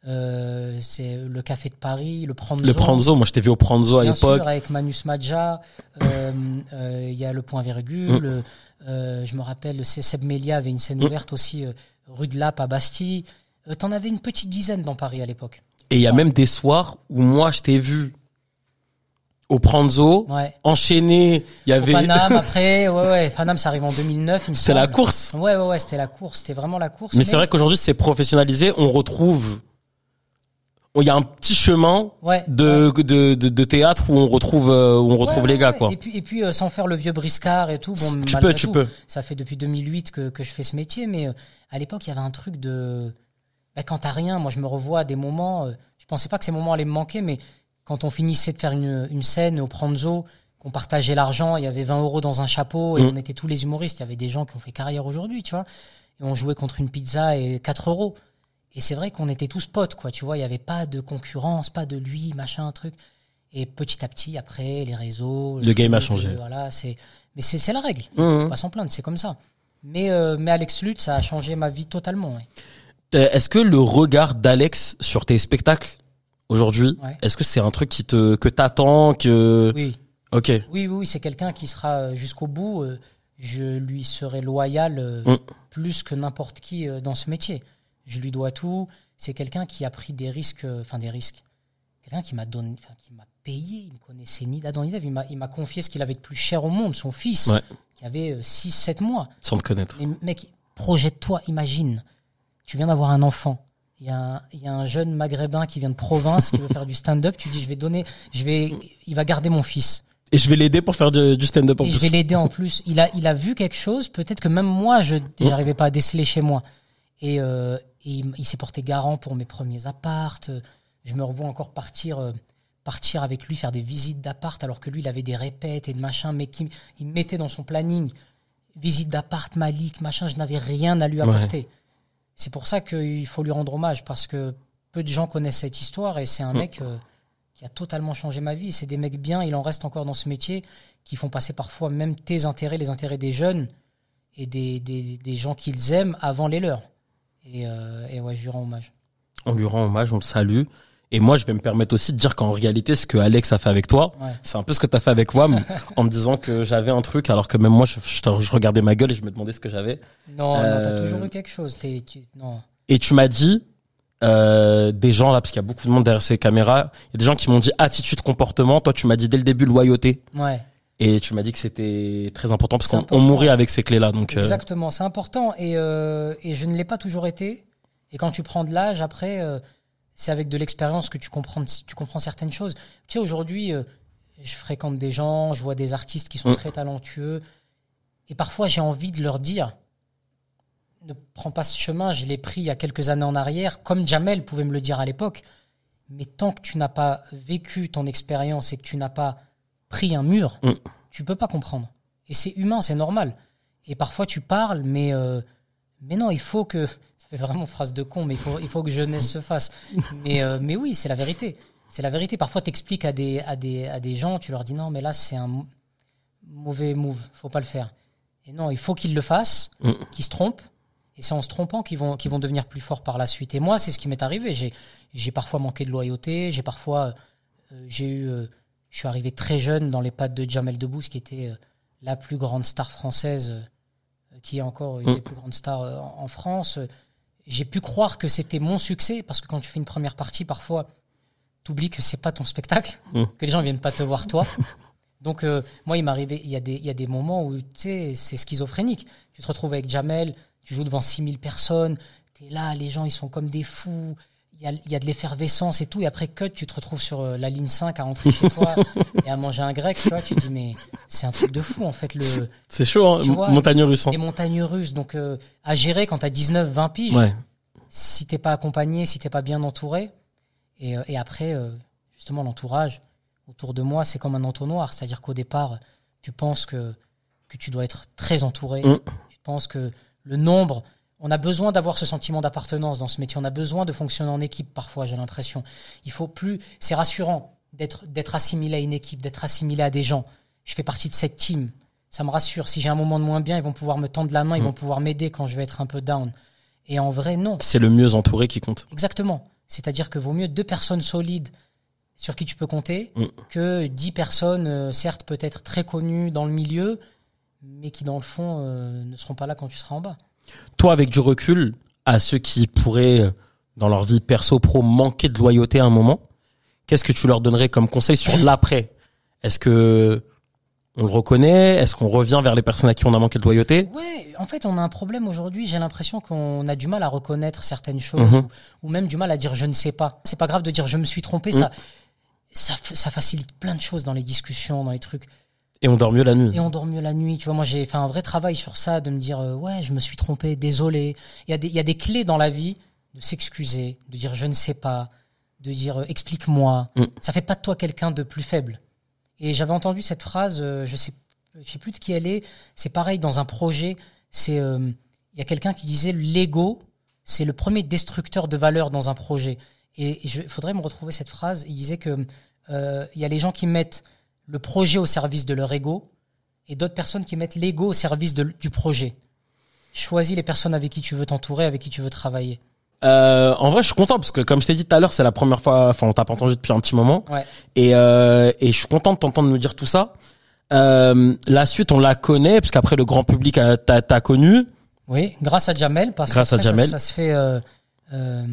S2: euh, c'est le Café de Paris, le Pranzo.
S1: Le Pranzo, moi je t'ai vu au Pranzo à
S2: Bien
S1: l'époque.
S2: sûr, avec Manus Madja, euh, euh, il y a le point virgule. Euh, je me rappelle, c'est Seb Melia avait une scène
S1: Mm.
S2: ouverte aussi, euh, rue de Lappe à Bastille. Euh, T'en avais une petite dizaine dans Paris à l'époque.
S1: Et il y a même des soirs où moi je t'ai vu au Pranzo,
S2: Ouais.
S1: enchaîné. Il y
S2: Au
S1: avait.
S2: Paname après, ouais, ouais. Paname, ça arrive en deux mille neuf. il me
S1: C'était la
S2: semble.
S1: course.
S2: Ouais, ouais, ouais, c'était la course. C'était vraiment la course.
S1: Mais c'est vrai qu'aujourd'hui c'est professionnalisé. On retrouve. Il y a un petit chemin
S2: ouais,
S1: de, de, de, de théâtre où on retrouve, euh, où on retrouve
S2: Ouais,
S1: les
S2: ouais,
S1: gars,
S2: ouais.
S1: quoi.
S2: Et puis, et puis euh, sans faire le vieux briscard et tout. Bon,
S1: Tu
S2: malgré
S1: peux, tu
S2: tout,
S1: peux.
S2: Ça fait depuis deux mille huit que, que je fais ce métier, mais euh, à l'époque, il y avait un truc de. Bah, quand t'as rien, moi je me revois à des moments. Euh, je pensais pas que ces moments allaient me manquer, mais quand on finissait de faire une, une scène au Pranzo, qu'on partageait l'argent, il y avait vingt euros dans un chapeau et
S1: Mm.
S2: on était tous les humoristes. Il y avait des gens qui ont fait carrière aujourd'hui, tu vois. Et on jouait contre une pizza et quatre euros. Et c'est vrai qu'on était tous potes, quoi. Tu vois, il y avait pas de concurrence, pas de lui, machin, truc. Et petit à petit, après, les réseaux.
S1: Le game a
S2: truc,
S1: changé.
S2: euh, voilà, c'est. Mais c'est c'est la règle.
S1: Mmh.
S2: On va pas s'en plaindre, c'est comme ça. Mais euh, mais Alex Lutz, ça a changé ma vie totalement. Ouais.
S1: Euh, Est-ce que le regard d'Alex sur tes spectacles aujourd'hui,
S2: Ouais.
S1: est-ce que c'est un truc qui te que t'attends que
S2: Oui,
S1: Ok.
S2: oui, oui, oui, c'est quelqu'un qui sera euh, jusqu'au bout. euh, je lui serai loyal euh,
S1: Mm.
S2: plus que n'importe qui euh, dans ce métier. Je lui dois tout. C'est quelqu'un qui a pris des risques, euh, enfin des risques. Quelqu'un qui m'a donné, enfin qui m'a payé. Il me connaissait ni d'Adam ni d'Ève. Il m'a, il m'a confié ce qu'il avait de plus cher au monde, son fils,
S1: Ouais.
S2: qui avait six sept mois.
S1: Sans te connaître.
S2: Mais mec, projette-toi, imagine. Tu viens d'avoir un enfant. Il y, a un, il y a un jeune maghrébin qui vient de province, qui veut faire du stand-up. Tu dis, je vais donner, je vais, il va garder mon fils.
S1: Et je vais l'aider pour faire du, du stand-up en
S2: Et
S1: plus.
S2: je vais l'aider en plus. Il a, il a vu quelque chose, peut-être que même moi, je n'arrivais pas à déceler chez moi. Et, euh, et il, il s'est porté garant pour mes premiers appartes. Je me revois encore partir, euh, partir avec lui, faire des visites d'appart, alors que lui, il avait des répètes et de machin, mais qui, il mettait dans son planning visite d'appart, Malik, machin. Je n'avais rien à lui apporter. Ouais. C'est pour ça qu'il faut lui rendre hommage, parce que peu de gens connaissent cette histoire et c'est un mmh. mec euh, qui a totalement changé ma vie. C'est des mecs bien, il en reste encore dans ce métier, qui font passer parfois même tes intérêts, les intérêts des jeunes et des, des, des gens qu'ils aiment avant les leurs. Et, euh, et ouais, je lui rends hommage.
S1: On lui rend hommage, on le salue. Et moi, je vais me permettre aussi de dire qu'en réalité, ce que Alex a fait avec toi, ouais. c'est un peu ce que tu as fait avec moi, en me disant que j'avais un truc, alors que même moi, je, je, je regardais ma gueule et je me demandais ce que j'avais.
S2: Non, euh... non, t'as toujours eu quelque chose. T'es, tu, non.
S1: Et tu m'as dit, euh, des gens là, parce qu'il y a beaucoup de monde derrière ces caméras, il y a des gens qui m'ont dit attitude, comportement. Toi, tu m'as dit dès le début loyauté.
S2: Ouais.
S1: Et tu m'as dit que c'était très important parce c'est qu'on important. On mourait avec ces clés-là. Donc
S2: exactement, euh... c'est important. Et, euh, et je ne l'ai pas toujours été. Et quand tu prends de l'âge, après, euh, c'est avec de l'expérience que tu comprends, tu comprends certaines choses. Tu sais, aujourd'hui, euh, je fréquente des gens, je vois des artistes qui sont mmh. très talentueux. Et parfois, j'ai envie de leur dire, ne prends pas ce chemin, je l'ai pris il y a quelques années en arrière, comme Jamel pouvait me le dire à l'époque. Mais tant que tu n'as pas vécu ton expérience et que tu n'as pas pris un mur, mmh. tu peux pas comprendre. Et c'est humain, c'est normal. Et parfois, tu parles, mais, euh, mais non, il faut que... Ça fait vraiment phrase de con, mais il faut, il faut que jeunesse se fasse. Mais, euh, mais oui, c'est la vérité. C'est la vérité. Parfois, tu expliques à des, à, des, à des gens, tu leur dis non, mais là, c'est un mauvais move, faut pas le faire. Et non, il faut qu'ils le fassent, mmh. qu'ils se trompent. Et c'est en se trompant qu'ils vont, qu'ils vont devenir plus forts par la suite. Et moi, c'est ce qui m'est arrivé. J'ai, j'ai parfois manqué de loyauté. J'ai parfois, euh, j'ai eu, euh, je suis arrivé très jeune dans les pattes de Jamel Debbouze, qui était euh, la plus grande star française, euh, qui est encore une mmh. des plus grandes stars euh, en, en France. J'ai pu croire que c'était mon succès, parce que quand tu fais une première partie, parfois, t'oublies que c'est pas ton spectacle, mmh. que les gens viennent pas te voir toi. Donc, euh, moi, il m'arrivait, il y a des, il y a des moments où, tu sais, c'est schizophrénique. Tu te retrouves avec Jamel, tu joues devant six mille personnes, t'es là, les gens, ils sont comme des fous, il y a, il y a de l'effervescence et tout, et après, cut, tu te retrouves sur euh, la ligne cinq à rentrer chez toi et à manger un grec, tu vois, tu te dis, mais c'est un truc de fou, en fait, le...
S1: C'est chaud, hein, vois, montagne russe. Hein.
S2: Les montagnes russes, donc, euh, à gérer quand t'as dix-neuf, vingt piges,
S1: ouais.
S2: si t'es pas accompagné, si t'es pas bien entouré, et, euh, et après, euh, justement, l'entourage, autour de moi, c'est comme un entonnoir, c'est-à-dire qu'au départ, tu penses que, que tu dois être très entouré, mmh. tu penses que le nombre, on a besoin d'avoir ce sentiment d'appartenance dans ce métier, on a besoin de fonctionner en équipe parfois, j'ai l'impression. Il faut plus, c'est rassurant d'être, d'être assimilé à une équipe, d'être assimilé à des gens. Je fais partie de cette team, ça me rassure. Si j'ai un moment de moins bien, ils vont pouvoir me tendre la main, mmh. ils vont pouvoir m'aider quand je vais être un peu down. Et en vrai, non.
S1: C'est le mieux entouré qui compte.
S2: Exactement. C'est-à-dire que vaut mieux deux personnes solides sur qui tu peux compter mmh. que dix personnes, euh, certes peut-être très connues dans le milieu, mais qui dans le fond euh, ne seront pas là quand tu seras en bas.
S1: Toi, avec du recul, à ceux qui pourraient, dans leur vie perso-pro, manquer de loyauté à un moment, qu'est-ce que tu leur donnerais comme conseil sur l'après ? Est-ce que on le reconnaît ? Est-ce qu'on revient vers les personnes à qui on a manqué de loyauté ?
S2: Ouais, en fait, on a un problème aujourd'hui. J'ai l'impression qu'on a du mal à reconnaître certaines choses, mmh. ou, ou même du mal à dire je ne sais pas. C'est pas grave de dire je me suis trompé. Mmh. Ça, ça, ça facilite plein de choses dans les discussions, dans les trucs.
S1: Et on dort mieux la nuit.
S2: Et on dort mieux la nuit. Tu vois, moi, j'ai fait un vrai travail sur ça, de me dire, euh, ouais, je me suis trompé, désolé. Il y a des, il y a des clés dans la vie de s'excuser, de dire je ne sais pas, de dire euh, explique-moi. Mm. Ça fait pas de toi quelqu'un de plus faible. Et j'avais entendu cette phrase, euh, je sais, je sais plus de qui elle est. C'est pareil dans un projet. C'est, euh, il y a quelqu'un qui disait l'ego, c'est le premier destructeur de valeur dans un projet. Et il faudrait me retrouver cette phrase. Il disait que euh, il y a les gens qui mettent le projet au service de leur ego et d'autres personnes qui mettent l'ego au service de, du projet. Choisis les personnes avec qui tu veux t'entourer, avec qui tu veux travailler.
S1: Euh, en vrai, je suis content parce que comme je t'ai dit tout à l'heure, c'est la première fois, enfin, on t'a pas entendu depuis un petit moment.
S2: Ouais.
S1: Et, euh, et je suis content de t'entendre nous dire tout ça. Euh, la suite, on la connaît parce qu'après, le grand public a, t'a, t'a connu.
S2: Oui, grâce à Jamel. Parce
S1: grâce à Jamel.
S2: Ça, ça se fait, euh, euh,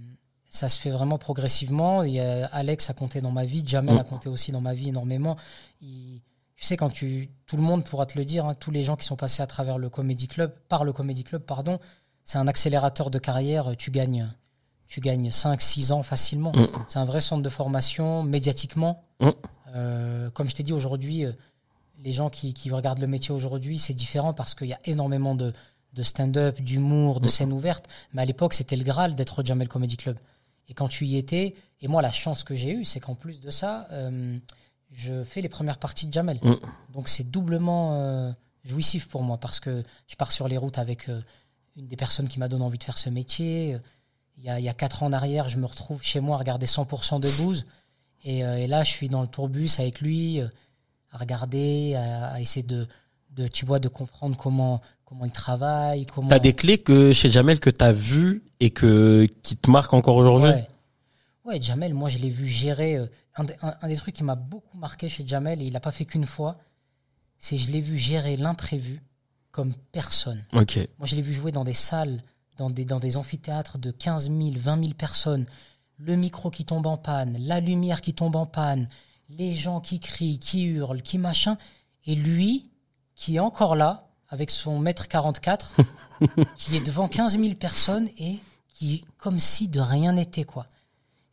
S2: ça se fait vraiment progressivement. Il y a Alex a compté dans ma vie, Jamel mmh. a compté aussi dans ma vie énormément. Il, tu sais, quand tu, tout le monde pourra te le dire, hein, tous les gens qui sont passés à travers le Comedy Club, par le Comedy Club, pardon, c'est un accélérateur de carrière. Tu gagnes, tu gagnes cinq, six ans facilement. Mmh. C'est un vrai centre de formation médiatiquement. Mmh. Euh, comme je t'ai dit aujourd'hui, les gens qui, qui regardent le métier aujourd'hui, c'est différent parce qu'il y a énormément de, de stand-up, d'humour, de scènes ouvertes. Mais à l'époque, c'était le Graal d'être au Jamel Comedy Club. Et quand tu y étais, et moi, la chance que j'ai eue, c'est qu'en plus de ça, euh, je fais les premières parties de Jamel. Mmh. Donc, c'est doublement euh, jouissif pour moi parce que je pars sur les routes avec euh, une des personnes qui m'a donné envie de faire ce métier. Il y a, il y a quatre ans en arrière, je me retrouve chez moi à regarder cent pour cent de Booz. Et, euh, et là, je suis dans le tourbus avec lui, euh, à regarder, à, à essayer de, de, tu vois, de comprendre comment... comment il travaille, comment...
S1: T'as des clés que chez Jamel que t'as vues et que qui te marquent encore aujourd'hui?
S2: Ouais, ouais, Jamel, moi je l'ai vu gérer. Euh, un, un, un des trucs qui m'a beaucoup marqué chez Jamel, et il l'a pas fait qu'une fois, c'est je l'ai vu gérer l'imprévu comme personne.
S1: Ok.
S2: Moi je l'ai vu jouer dans des salles, dans des dans des amphithéâtres de quinze mille, vingt mille personnes, le micro qui tombe en panne, la lumière qui tombe en panne, les gens qui crient, qui hurlent, qui machin, et lui qui est encore là avec son mètre quarante-quatre, qui est devant quinze mille personnes et qui, comme si de rien n'était, quoi.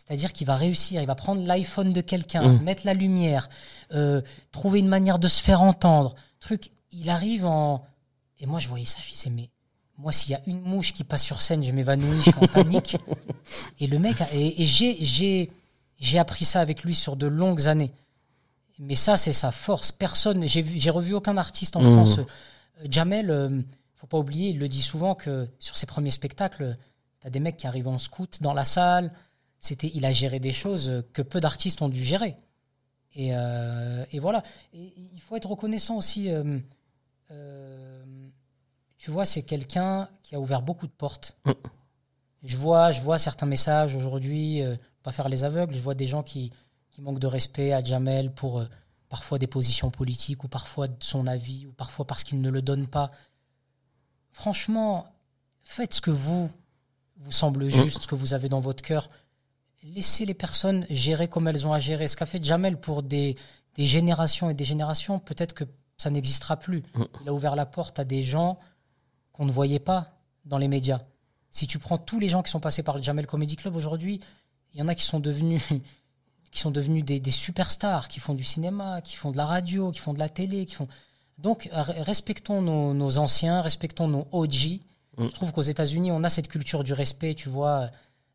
S2: C'est-à-dire qu'il va réussir, il va prendre l'iPhone de quelqu'un, mmh. mettre la lumière, euh, trouver une manière de se faire entendre. Truc, il arrive en... Et moi, je voyais ça, je disais, mais moi, s'il y a une mouche qui passe sur scène, je m'évanouis, je suis en panique. Et le mec, a... et, et j'ai, j'ai, j'ai appris ça avec lui sur de longues années. Mais ça, c'est sa force. Personne, j'ai vu, j'ai revu aucun artiste en mmh. France. Euh, Jamel, euh, faut pas oublier, il le dit souvent que sur ses premiers spectacles, t'as des mecs qui arrivent en scout dans la salle. C'était, il a géré des choses que peu d'artistes ont dû gérer. Et, euh, et voilà. Et il faut être reconnaissant aussi. Euh, euh, tu vois, c'est quelqu'un qui a ouvert beaucoup de portes. Mm. Je vois, je vois certains messages aujourd'hui, euh, pas faire les aveugles. Je vois des gens qui, qui manquent de respect à Jamel pour euh, parfois des positions politiques ou parfois de son avis ou parfois parce qu'il ne le donne pas. Franchement, faites ce que vous vous semble juste, mm. ce que vous avez dans votre cœur. Laissez les personnes gérer comme elles ont à gérer. Ce qu'a fait Jamel pour des, des générations et des générations, peut-être que ça n'existera plus. Mmh. Il a ouvert la porte à des gens qu'on ne voyait pas dans les médias. Si tu prends tous les gens qui sont passés par le Jamel Comedy Club aujourd'hui, il y en a qui sont devenus, qui sont devenus des, des superstars, qui font du cinéma, qui font de la radio, qui font de la télé. Qui font... Donc, respectons nos, nos anciens, respectons nos O G. Mmh. Je trouve qu'aux États-Unis, on a cette culture du respect, tu vois.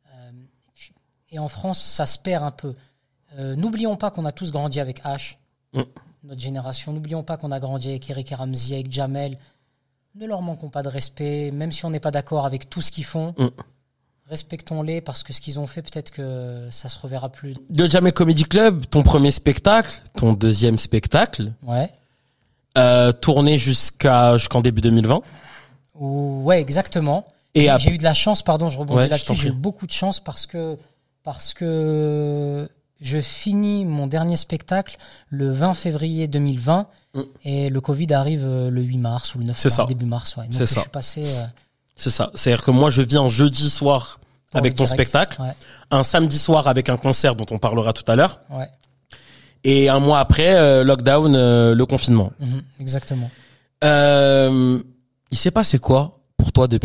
S2: Et en France, ça se perd un peu. Euh, n'oublions pas qu'on a tous grandi avec H, mm. notre génération. N'oublions pas qu'on a grandi avec Eric et Ramzy, avec Jamel. Ne leur manquons pas de respect, même si on n'est pas d'accord avec tout ce qu'ils font. Mm. Respectons-les parce que ce qu'ils ont fait, peut-être que ça se reverra plus.
S1: Le Jamel Comedy Club, ton premier spectacle, ton deuxième spectacle.
S2: Ouais.
S1: Euh, tourné jusqu'à jusqu'en début deux mille vingt.
S2: Ouais, exactement.
S1: Et
S2: j'ai,
S1: à...
S2: j'ai eu de la chance, pardon, je rebondis
S1: ouais,
S2: là-dessus.
S1: Je
S2: j'ai eu beaucoup de chance parce que parce que je finis mon dernier spectacle le vingt février deux mille vingt mm. et le Covid arrive le huit mars ou le neuf
S1: c'est
S2: mars,
S1: ça.
S2: début mars. Ouais. Donc
S1: c'est
S2: je
S1: ça.
S2: suis passé. Euh...
S1: C'est ça. C'est-à-dire que moi, je viens jeudi soir pour avec ton direct. spectacle,
S2: ouais.
S1: un samedi soir avec un concert dont on parlera tout à l'heure,
S2: ouais.
S1: et un mois après, euh, lockdown, euh, le confinement.
S2: Mm-hmm, exactement.
S1: Euh, il s'est passé quoi pour toi depuis ?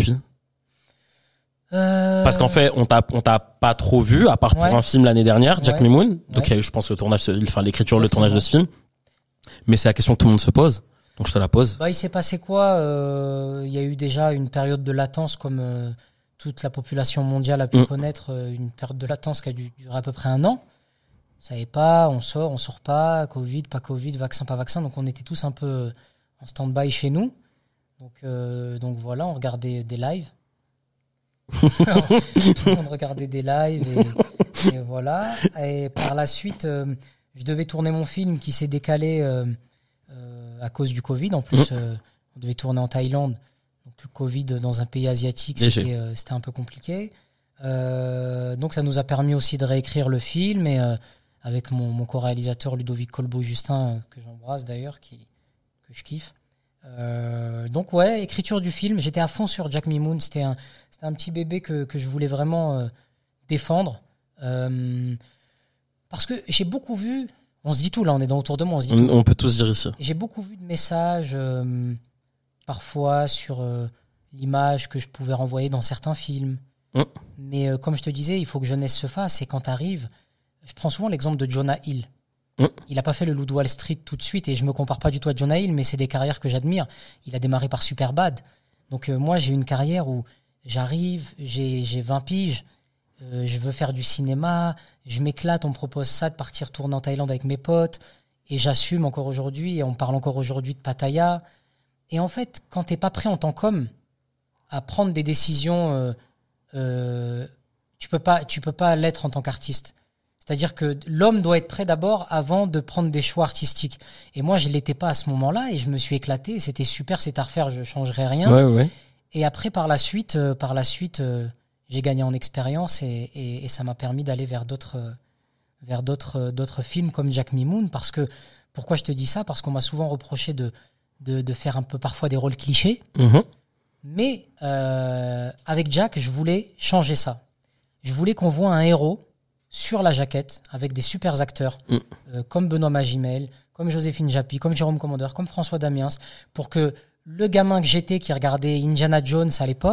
S2: Euh...
S1: Parce qu'en fait, on t'a, on t'a pas trop vu, à part
S2: ouais.
S1: pour un film l'année dernière, Jack
S2: ouais.
S1: Mimoun. Donc,
S2: ouais.
S1: il y a eu, je pense, le tournage, enfin, l'écriture, Exactement. le tournage de ce film. Mais c'est la question que tout le monde se pose. Donc, je te la pose.
S2: Bah, il s'est passé quoi? Euh, il y a eu déjà une période de latence, comme euh, toute la population mondiale a pu mmh. connaître, euh, une période de latence qui a dû durer à peu près un an. On savait pas, on sort, on sort pas, Covid, pas Covid, vaccin, pas vaccin. Donc, on était tous un peu en stand-by chez nous. Donc, euh, donc voilà, on regardait des lives. Tout le monde regardait des lives et, et voilà. Et par la suite, euh, je devais tourner mon film qui s'est décalé euh, euh, à cause du Covid. En plus, mmh. euh, on devait tourner en Thaïlande. Donc le Covid dans un pays asiatique, c'était, euh, c'était un peu compliqué. Euh, donc ça nous a permis aussi de réécrire le film et euh, avec mon, mon co-réalisateur Ludovic Colbeau-Justin, euh, que j'embrasse d'ailleurs, qui, que je kiffe. Euh, donc ouais, écriture du film, j'étais à fond sur Jack Mimoun, c'était un, c'était un petit bébé que, que je voulais vraiment euh, défendre euh, parce que j'ai beaucoup vu, on se dit tout là, on est dans autour de moi, on se dit
S1: on,
S2: tout.
S1: On peut tous dire ici.
S2: J'ai beaucoup vu de messages euh, parfois sur euh, l'image que je pouvais renvoyer dans certains films, mmh. mais euh, comme je te disais, il faut que jeunesse se fasse et quand t'arrives, je prends souvent l'exemple de Jonah Hill. Il n'a pas fait le Loup de Wall Street tout de suite et je me compare pas du tout à Jonah Hill, mais c'est des carrières que j'admire. Il a démarré par Superbad. Donc euh, moi, j'ai une carrière où j'arrive, j'ai, j'ai vingt piges, euh, je veux faire du cinéma, je m'éclate, on me propose ça, de partir tourner en Thaïlande avec mes potes et j'assume encore aujourd'hui et on parle encore aujourd'hui de Pattaya. Et en fait, quand t'es pas prêt en tant qu'homme à prendre des décisions, euh, euh, tu peux pas, tu peux pas l'être en tant qu'artiste. C'est-à-dire que l'homme doit être prêt d'abord avant de prendre des choix artistiques. Et moi, je l'étais pas à ce moment-là et je me suis éclaté. C'était super, c'est à refaire, je changerai rien.
S1: Ouais, ouais.
S2: Et après, par la suite, euh, par la suite, euh, j'ai gagné en expérience et, et, et ça m'a permis d'aller vers d'autres, euh, vers d'autres, euh, d'autres films comme Jack Mimoun. Parce que, pourquoi je te dis ça? Parce qu'on m'a souvent reproché de, de, de faire un peu parfois des rôles clichés. Mm-hmm. Mais euh, avec Jack, je voulais changer ça. Je voulais qu'on voit un héros sur la jaquette, avec des super acteurs, mm. euh, comme Benoît Magimel, comme Joséphine Japy, comme Jérôme Commandeur, comme François Damiens, pour que le gamin que j'étais, qui regardait Indiana Jones à l'époque,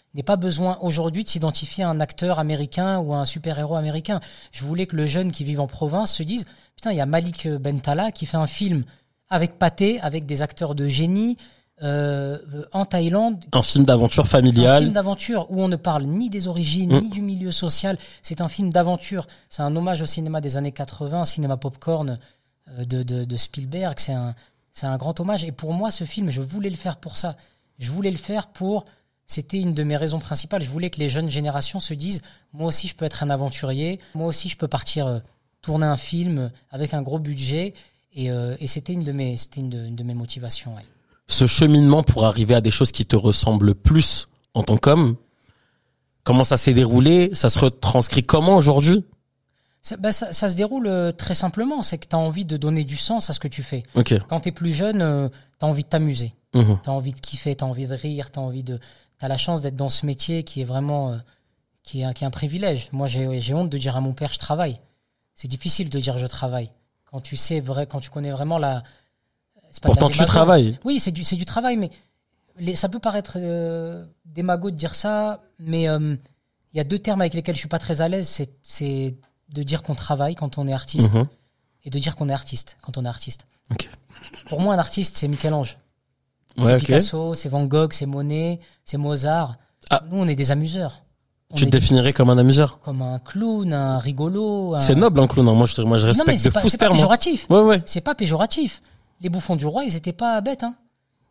S2: n'ait pas besoin aujourd'hui de s'identifier à un acteur américain ou à un super-héros américain. Je voulais que le jeune qui vit en province se dise « Putain, il y a Malik Bentala qui fait un film avec Pathé, avec des acteurs de génie, euh, en Thaïlande. »
S1: Un film d'aventure
S2: Un
S1: familial.
S2: film d'aventure où on ne parle ni des origines,
S1: Mm.
S2: ni du milieu social. C'est un film d'aventure. C'est un hommage au cinéma des années quatre-vingts, cinéma popcorn euh, de, de, de Spielberg. C'est un, c'est un grand hommage. Et pour moi, ce film, je voulais le faire pour ça. Je voulais le faire pour... C'était une de mes raisons principales. Je voulais que les jeunes générations se disent « Moi aussi, je peux être un aventurier. Moi aussi, je peux partir euh, tourner un film avec un gros budget. » Et, euh, et c'était une de mes, c'était une de, une de mes motivations. Ouais.
S1: Ce cheminement pour arriver à des choses qui te ressemblent plus en tant qu'homme, comment ça s'est déroulé? Ça se retranscrit comment aujourd'hui?
S2: Ça, bah, ça, ça se déroule euh, très simplement. C'est que tu as envie de donner du sens à ce que tu fais.
S1: Ok.
S2: Quand tu es plus jeune, euh, tu as envie de t'amuser.
S1: Mhm.
S2: Tu as envie de kiffer, tu as envie de rire, tu as envie de... T'as la chance d'être dans ce métier qui est vraiment... Euh, qui, est un, qui est un privilège. Moi, j'ai, j'ai honte de dire à mon père « je travaille ». C'est difficile de dire « je travaille ». Quand tu sais vrai, quand tu connais vraiment la... C'est pas de la
S1: Pourtant, tu
S2: démago.
S1: travailles.
S2: Oui, c'est du, c'est du travail, mais les, ça peut paraître euh, démago de dire ça, mais il euh, y a deux termes avec lesquels je suis pas très à l'aise. C'est, c'est de dire qu'on travaille quand on est artiste
S1: Mhm.
S2: et de dire qu'on est artiste quand on est artiste.
S1: Ok.
S2: Pour moi, un artiste, c'est Michel-Ange.
S1: Ouais,
S2: c'est
S1: ok.
S2: Picasso, c'est Van Gogh, c'est Monet, c'est Mozart.
S1: Ah.
S2: Nous, on est des amuseurs. On
S1: Tu te
S2: est
S1: définirais comme un amuseur?
S2: comme un clown, un rigolo. Un...
S1: C'est noble, un clown. hein. Moi, je, moi, je
S2: Non, mais
S1: respecte
S2: c'est
S1: de
S2: pas,
S1: fou
S2: c'est
S1: ce
S2: pas
S1: terme. hein.
S2: péjoratif.
S1: Ouais, ouais.
S2: C'est pas péjoratif. Les bouffons du roi, ils étaient pas bêtes. Hein.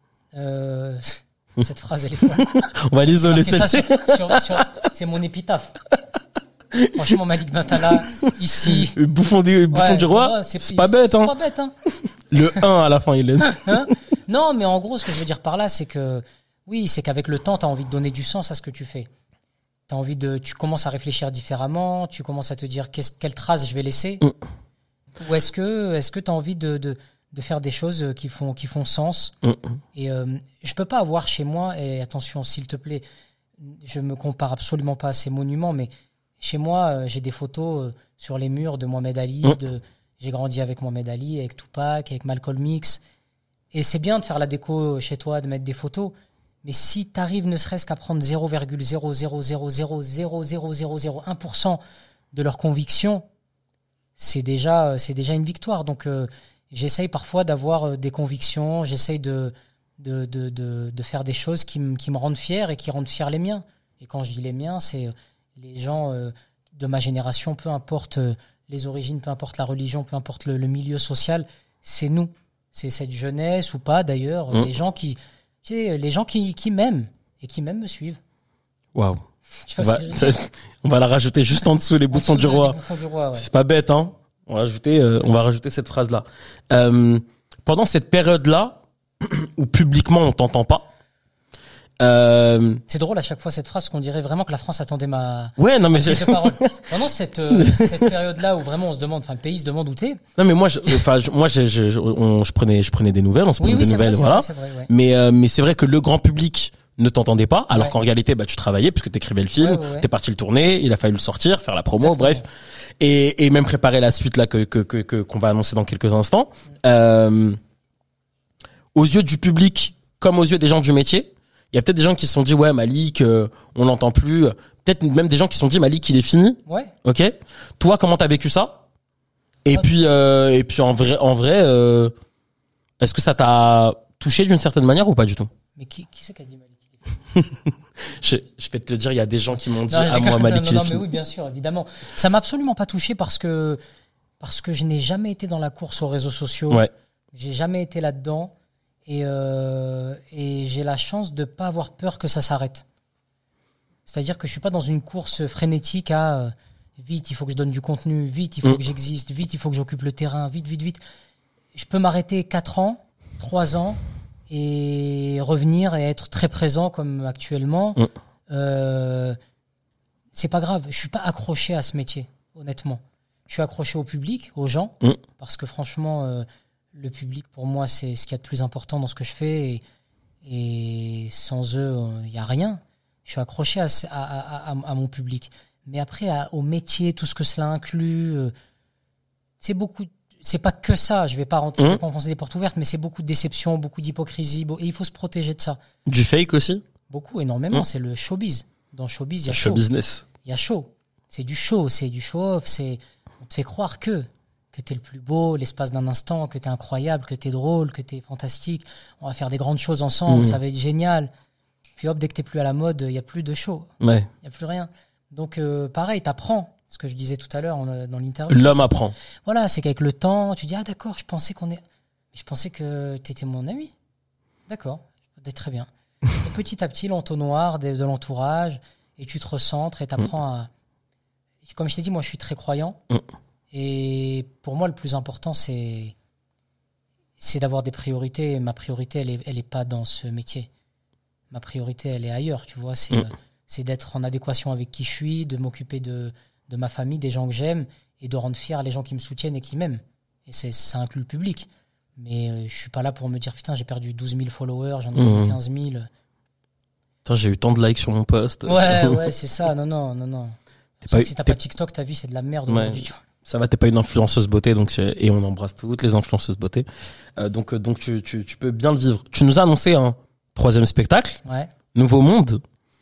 S2: Euh, cette phrase, elle est folle.
S1: On va l'isoler,
S2: Marquez ça
S1: celle-ci.
S2: sur- sur- sur- c'est mon épitaphe. Franchement, Malik Bentala, ici.
S1: Bouffon du, bouffon
S2: Ouais,
S1: du roi.
S2: ouais,
S1: C'est pas bête,
S2: C'est
S1: hein.
S2: pas bête, hein.
S1: Le un à la fin, il est.
S2: Hein. Non, mais en gros, ce que je veux dire par là, c'est que, oui, c'est qu'avec le temps, tu as envie de donner du sens à ce que tu fais. T'as envie de, tu commences à réfléchir différemment, tu commences à te dire qu'est-ce, quelle trace je vais laisser.
S1: Mm.
S2: Ou est-ce que, est-ce que t'as envie de, de, de faire des choses qui font, qui font sens.
S1: Mm.
S2: Et euh, je peux pas avoir chez moi, et attention, s'il te plaît, je me compare absolument pas à ces monuments, mais chez moi, euh, j'ai des photos euh, sur les murs de Mohamed Ali.
S1: Mm.
S2: De, j'ai grandi avec Mohamed Ali, avec Tupac, avec Malcolm X. Et c'est bien de faire la déco chez toi, de mettre des photos. Mais si tu arrives ne serait-ce qu'à prendre zéro virgule zéro zéro zéro zéro zéro zéro zéro zéro un pour cent de leurs convictions, c'est déjà, c'est déjà une victoire. Donc, euh, j'essaye parfois d'avoir euh, des convictions, j'essaye de, de, de, de, de faire des choses qui, m- qui me rendent fier et qui rendent fiers les miens. Et quand je dis les miens, c'est euh, les gens euh, de ma génération, peu importe euh, les origines, peu importe la religion, peu importe le, le milieu social, c'est nous. C'est cette jeunesse ou pas d'ailleurs,
S1: Mmh.
S2: les gens qui, tu sais, les gens qui, qui m'aiment et qui même me suivent.
S1: Waouh.
S2: Tu
S1: On,
S2: vois
S1: va-
S2: ce que je veux dire
S1: on va la rajouter juste en dessous, les bouffons
S2: En
S1: du
S2: dessous,
S1: roi.
S2: les bouffons du roi, ouais.
S1: C'est pas bête, hein. On va rajouter, euh, on va rajouter cette phrase-là. Euh, pendant cette période-là, où publiquement on t'entend pas, euh,
S2: C'est drôle à chaque fois cette phrase qu'on dirait vraiment que la France attendait ma
S1: ouais, non mais je-
S2: prise de parole. Pendant cette, euh, cette période-là où vraiment on se demande, enfin le pays se demande où t'es.
S1: non mais moi, je, enfin, je- moi, je, je, je, on- je prenais, je prenais des nouvelles, on se
S2: Oui,
S1: prenait
S2: oui,
S1: des
S2: c'est vrai,
S1: nouvelles,
S2: c'est
S1: voilà.
S2: vrai, c'est vrai, ouais.
S1: Mais, euh, mais c'est vrai que le grand public ne t'entendait pas, alors
S2: Ouais.
S1: qu'en réalité, bah, tu travaillais puisque t'écrivais le film,
S2: Ouais, ouais, ouais.
S1: t'es parti le tourner, il a fallu le sortir, faire la promo,
S2: Exactement.
S1: bref, et, et même préparer la suite là que que que que- qu'on va annoncer dans quelques instants. Euh, aux yeux du public, comme aux yeux des gens du métier, il y a peut-être des gens qui se sont dit ouais Malik, euh, on l'entend plus. Peut-être même des gens qui se sont dit Malik, il est fini.
S2: Ouais.
S1: Ok. Toi, comment t'as vécu ça? Et
S2: Ah,
S1: puis euh, et puis en vrai, en vrai, euh, est-ce que ça t'a touché d'une certaine manière ou pas du tout?
S2: Mais qui, qui c'est qui a dit Malik?
S1: Je, je vais te le dire, il y a des gens qui m'ont dit
S2: Non,
S1: à
S2: j'ai
S1: moi
S2: quand-
S1: Malik,
S2: non,
S1: il est
S2: non, mais
S1: fini.
S2: oui, bien sûr, évidemment. Ça m'a absolument pas touché parce que parce que je n'ai jamais été dans la course aux réseaux sociaux.
S1: Ouais.
S2: J'ai jamais été là-dedans et euh, et j'ai la chance de pas avoir peur que ça s'arrête. C'est-à-dire que je suis pas dans une course frénétique à euh, vite, il faut que je donne du contenu, vite, il faut
S1: Mm.
S2: que j'existe, vite, il faut que j'occupe le terrain, vite, vite, vite. Je peux m'arrêter quatre ans, trois ans et revenir et être très présent comme actuellement.
S1: Mm.
S2: Euh, c'est pas grave, je suis pas accroché à ce métier, honnêtement. Je suis accroché au public, aux gens,
S1: Mm.
S2: parce que franchement, euh, le public pour moi c'est ce qu'il y a de plus important dans ce que je fais et, et sans eux, il y a rien. Je suis accroché à, ce- à, à, à, à mon public. Mais après, à- au métier, tout ce que cela inclut, euh, c'est beaucoup. C'est pas que ça. Je vais pas rentrer, je vais
S1: Mmh.
S2: pas enfoncer des portes ouvertes, mais c'est beaucoup de déception, beaucoup d'hypocrisie, beau- et il faut se protéger de ça.
S1: Du fake aussi?
S2: Beaucoup, énormément.
S1: Mmh.
S2: C'est le showbiz. Dans le showbiz, il y a
S1: Show
S2: show.
S1: business.
S2: Il y a show. C'est du show, c'est du show-off. C'est... On te fait croire que, que t'es le plus beau l'espace d'un instant, que t'es incroyable, que t'es drôle, que t'es fantastique. On va faire des grandes choses ensemble,
S1: Mmh.
S2: ça va être génial. Puis hop, dès que t'es plus à la mode, il y a plus de show.
S1: Ouais.
S2: Il y a plus rien. Donc euh, pareil, t'apprends. Ce que je disais tout à l'heure en- dans l'interview.
S1: L'homme
S2: c'est-
S1: apprend.
S2: Voilà, c'est qu'avec le temps, tu dis ah d'accord, je pensais qu'on est, je pensais que t'étais mon ami. D'accord, très bien. Et petit à petit, l'entonnoir de, de l'entourage, et tu te recentres et t'apprends à. Comme je t'ai dit, moi, je suis très croyant,
S1: Mm.
S2: et pour moi, le plus important, c'est c'est d'avoir des priorités. Et ma priorité, elle est, elle est pas dans ce métier. Ma priorité, elle est ailleurs. Tu vois, c'est
S1: Mm.
S2: euh, c'est d'être en adéquation avec qui je suis, de m'occuper de de ma famille, des gens que j'aime, et de rendre fiers les gens qui me soutiennent et qui m'aiment. Et c'est, ça inclut le public. Mais euh, je suis pas là pour me dire, putain, j'ai perdu douze mille followers, j'en ai
S1: Mmh.
S2: perdu quinze mille.
S1: Putain, j'ai eu tant de likes sur mon post.
S2: Ouais, ouais, c'est ça. Non, non, non, non.
S1: T'es
S2: Sauf
S1: pas-
S2: que si t'as
S1: t'es-
S2: pas TikTok, ta vie, c'est de la merde
S1: Ouais.
S2: aujourd'hui. Tu vois.
S1: Ça va, t'es pas une influenceuse beauté, donc c'est- et on embrasse toutes les influenceuses beauté. Euh, donc euh, donc tu, tu tu peux bien le vivre. Tu nous as annoncé un troisième spectacle,
S2: Ouais.
S1: Nouveau Monde.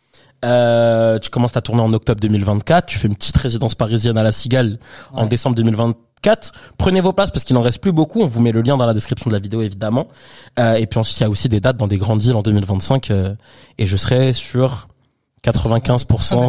S1: Euh, tu commences ta tournée en octobre deux mille vingt-quatre. Tu fais une petite résidence parisienne à La Cigale en
S2: Ouais.
S1: décembre deux mille vingt-quatre. Prenez vos places parce qu'il n'en reste plus beaucoup. On vous met le lien dans la description de la vidéo évidemment. Euh, et puis ensuite il y a aussi des dates dans des grandes villes en deux mille vingt-cinq. Euh, et je serai sur quatre-vingt-quinze pour cent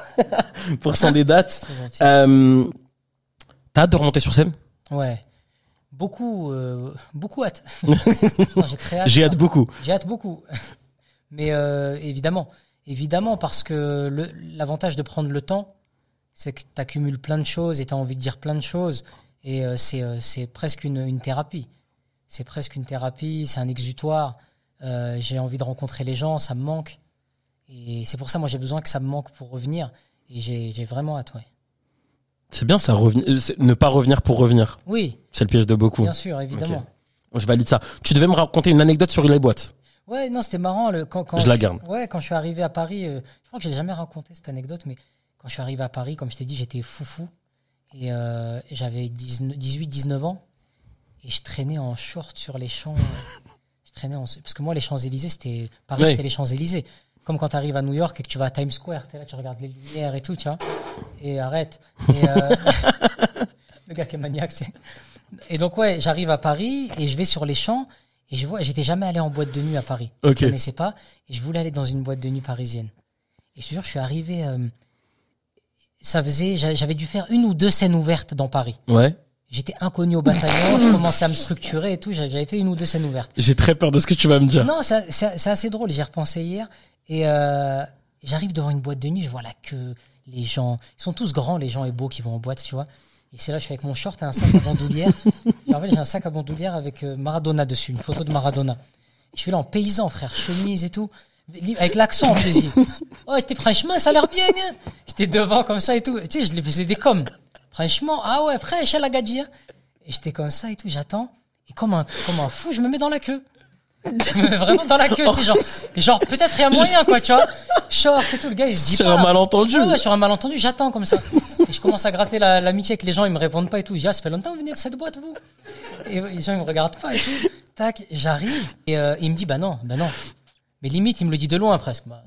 S1: pour cent des dates.
S2: C'est gentil.
S1: Euh, T'as hâte de remonter sur scène?
S2: Ouais. Beaucoup, euh, beaucoup hâte. Non, j'ai très hâte.
S1: J'ai hâte beaucoup.
S2: J'ai hâte beaucoup. Mais euh, évidemment, évidemment, parce que le, l'avantage de prendre le temps, c'est que tu accumules plein de choses et tu as envie de dire plein de choses. Et euh, c'est, euh, c'est presque une, une thérapie. C'est presque une thérapie, c'est un exutoire. Euh, j'ai envie de rencontrer les gens, ça me manque. Et c'est pour ça, moi, j'ai besoin que ça me manque pour revenir. Et j'ai, j'ai vraiment hâte, ouais.
S1: C'est bien ça, revenir, euh, c'est- ne pas revenir pour revenir.
S2: Oui,
S1: C'est le piège de beaucoup.
S2: bien sûr, évidemment.
S1: Je valide ça. Tu devais me raconter une anecdote sur les boîtes.
S2: Ouais, non, c'était marrant. Le, quand, quand
S1: Je la garde.
S2: Ouais, quand je suis arrivé à Paris, euh, je crois que je l'ai jamais raconté cette anecdote, mais quand je suis arrivé à Paris, comme je t'ai dit, j'étais foufou. Et euh, j'avais dix-huit dix-neuf ans. Et je traînais en short sur les champs. euh, je traînais en... Parce que moi, les Champs-Élysées, c'était. Paris,
S1: Ouais.
S2: c'était les Champs-Élysées. Comme quand tu arrives à New York et que tu vas à Times Square, t'es là, tu regardes les lumières et tout, tu vois. Et arrête. Et, euh, le gars qui est maniaque, c'est. Et donc, ouais, j'arrive à Paris et je vais sur les champs. Et je vois, j'étais jamais allé en boîte de nuit à Paris.
S1: Ok.
S2: Je connaissais pas. Et je voulais aller dans une boîte de nuit parisienne. Et je te jure, je suis arrivé. Euh, ça faisait, j'a- j'avais dû faire une ou deux scènes ouvertes dans Paris.
S1: Ouais.
S2: J'étais inconnu au bataillon, je commençais à me structurer et tout. J'a- J'avais fait une ou deux scènes ouvertes.
S1: J'ai très peur de ce que tu vas me dire.
S2: Non, c'est c'est- c'est assez drôle. J'y ai repensé hier. Et euh, j'arrive devant une boîte de nuit, je vois la queue, les gens. Ils sont tous grands, les gens et beaux qui vont en boîte, tu vois. Et c'est là, je suis avec mon short et un sac à bandoulière. Et en fait, j'ai un sac à bandoulière avec euh, Maradona dessus, une photo de Maradona. Je suis là en paysan, frère, chemise et tout. Li- Avec l'accent en plus. Oh, t'es franchement, ça a l'air bien, hein. J'étais devant comme ça et tout. Tu sais, je les faisais des coms. Franchement, ah ouais, fraîche à la gadji, hein. Et j'étais comme ça et tout, j'attends. Et comme un, comme un fou, je me mets dans la queue. Je me mets vraiment dans la queue, tu sais, genre, genre peut-être il y a moyen, quoi, tu vois. Short et tout, le gars, il se dit
S1: Sur
S2: pas.
S1: un malentendu.
S2: Ouais, ouais, sur un malentendu, j'attends comme ça. Et je commence à gratter la- l'amitié avec les gens, ils me répondent pas et tout. Je dis, ah, ça fait longtemps que vous venez de cette boîte, vous. Et les gens, ils me regardent pas et tout. Tac, j'arrive. Et euh, il me dit, bah non, bah non. Mais limite, il me le dit de loin presque. Bah,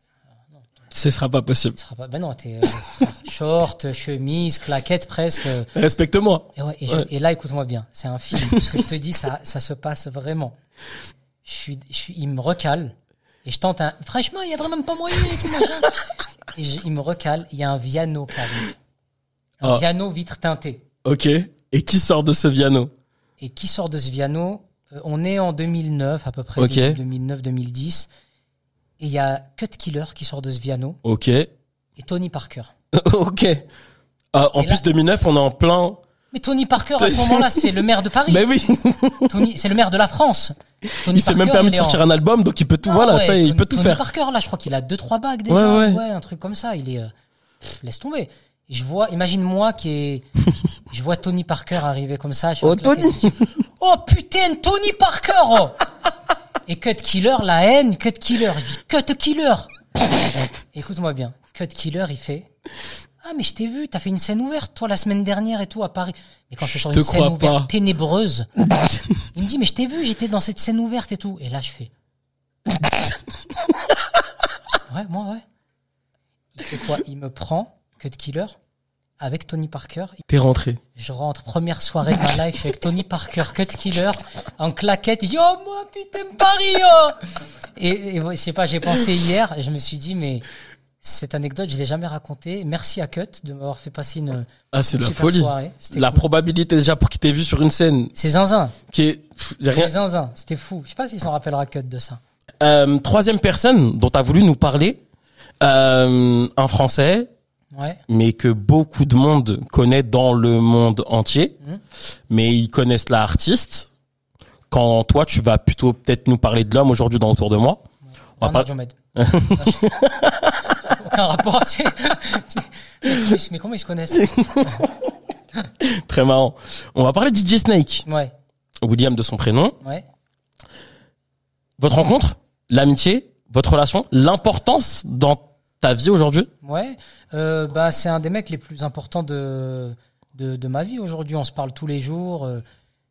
S1: Ce sera pas possible.
S2: ce sera pas, bah non, t'es euh, short, chemise, claquette presque.
S1: Respecte-moi.
S2: Et, ouais, et, je-
S1: Ouais.
S2: et là, écoute-moi bien, c'est un film. Ce que je te dis, ça, ça se passe vraiment. Je suis, je suis, il me recale et je tente un. Franchement, il y a vraiment pas moyen. Et, tout, machin. Et je- il me recale. Il y a un Viano qui arrive, un
S1: Ah.
S2: Viano vitre teintée.
S1: Ok. Et qui sort de ce Viano?
S2: Et qui sort de ce Viano? Euh, On est en deux mille neuf à peu près,
S1: Ok.
S2: deux mille neuf deux mille dix. Et il y a Cut Killer qui sort de ce Viano
S1: Ok.
S2: et Tony Parker.
S1: ok. Ah, en
S2: Et
S1: plus
S2: là-
S1: deux mille neuf, on est en plein.
S2: Mais Tony Parker à ce moment-là, c'est le maire de Paris.
S1: Mais oui.
S2: Tony, c'est le maire de la France. Tony
S1: Il s'est même
S2: Parker,
S1: permis
S2: il
S1: de
S2: est en-
S1: sortir un album, donc il peut tout.
S2: Ah
S1: voilà,
S2: ouais,
S1: ça, il
S2: Tony-
S1: peut tout
S2: Tony
S1: faire.
S2: Parker, là, je crois qu'il a deux, trois bagues déjà.
S1: Ouais, ouais.
S2: un truc comme ça. Il est, euh, pff, laisse tomber. Et je vois, imagine moi qui est, je vois Tony Parker arriver comme ça. je suis
S1: Oh,
S2: en claquette,
S1: Tony.
S2: je dis, oh putain, Tony Parker! Oh. Et Cut Killer, la haine, Cut Killer. Je dis, Cut Killer! Écoute-moi bien. Cut Killer, il fait, ah, mais je t'ai vu, t'as fait une scène ouverte, toi, la semaine dernière et tout, à Paris. Mais quand je suis sur
S1: te
S2: une scène
S1: crois
S2: ouverte
S1: pas.
S2: ténébreuse, il me dit, mais je t'ai vu, j'étais dans cette scène ouverte et tout. Et là, je fais, Ouais, moi, ouais. Il fait quoi? Il me prend, Cut Killer, avec Tony Parker.
S1: T'es rentré.
S2: Je rentre, première soirée de ma life avec Tony Parker, Cut Killer, en claquette. Il dit, oh, moi, putain, Paris, oh! Et, et je sais pas, j'ai pensé hier, et je me suis dit, mais cette anecdote, je l'ai jamais racontée. Merci à Cut de m'avoir fait passer une,
S1: ah, c'est
S2: une
S1: la
S2: super
S1: folie.
S2: soirée. C'était
S1: La
S2: cool.
S1: probabilité déjà pour qu'il t'ait vu sur une scène.
S2: C'est zinzin.
S1: Qui est, pff, y a rien.
S2: C'est zinzin. C'était fou. Je sais pas s'il s'en rappellera Cut de ça.
S1: Euh, troisième personne dont t'as voulu nous parler, euh, un Français,
S2: Ouais.
S1: mais que beaucoup de monde connaît dans le monde entier,
S2: Mmh.
S1: mais ils connaissent l'artiste. Quand toi, tu vas plutôt peut-être nous parler de l'homme aujourd'hui dans Autour de moi. On va
S2: Bernard
S1: pas...
S2: Diomède. Aucun rapport. Tu sais. Mais comment ils se connaissent?
S1: Très marrant. On va parler de D J Snake,
S2: Ouais.
S1: William de son prénom.
S2: Ouais.
S1: Votre rencontre, l'amitié, votre relation, l'importance dans ta vie aujourd'hui.
S2: Ouais. Euh, bah, c'est un des mecs les plus importants de, de, de ma vie aujourd'hui. On se parle tous les jours. Euh,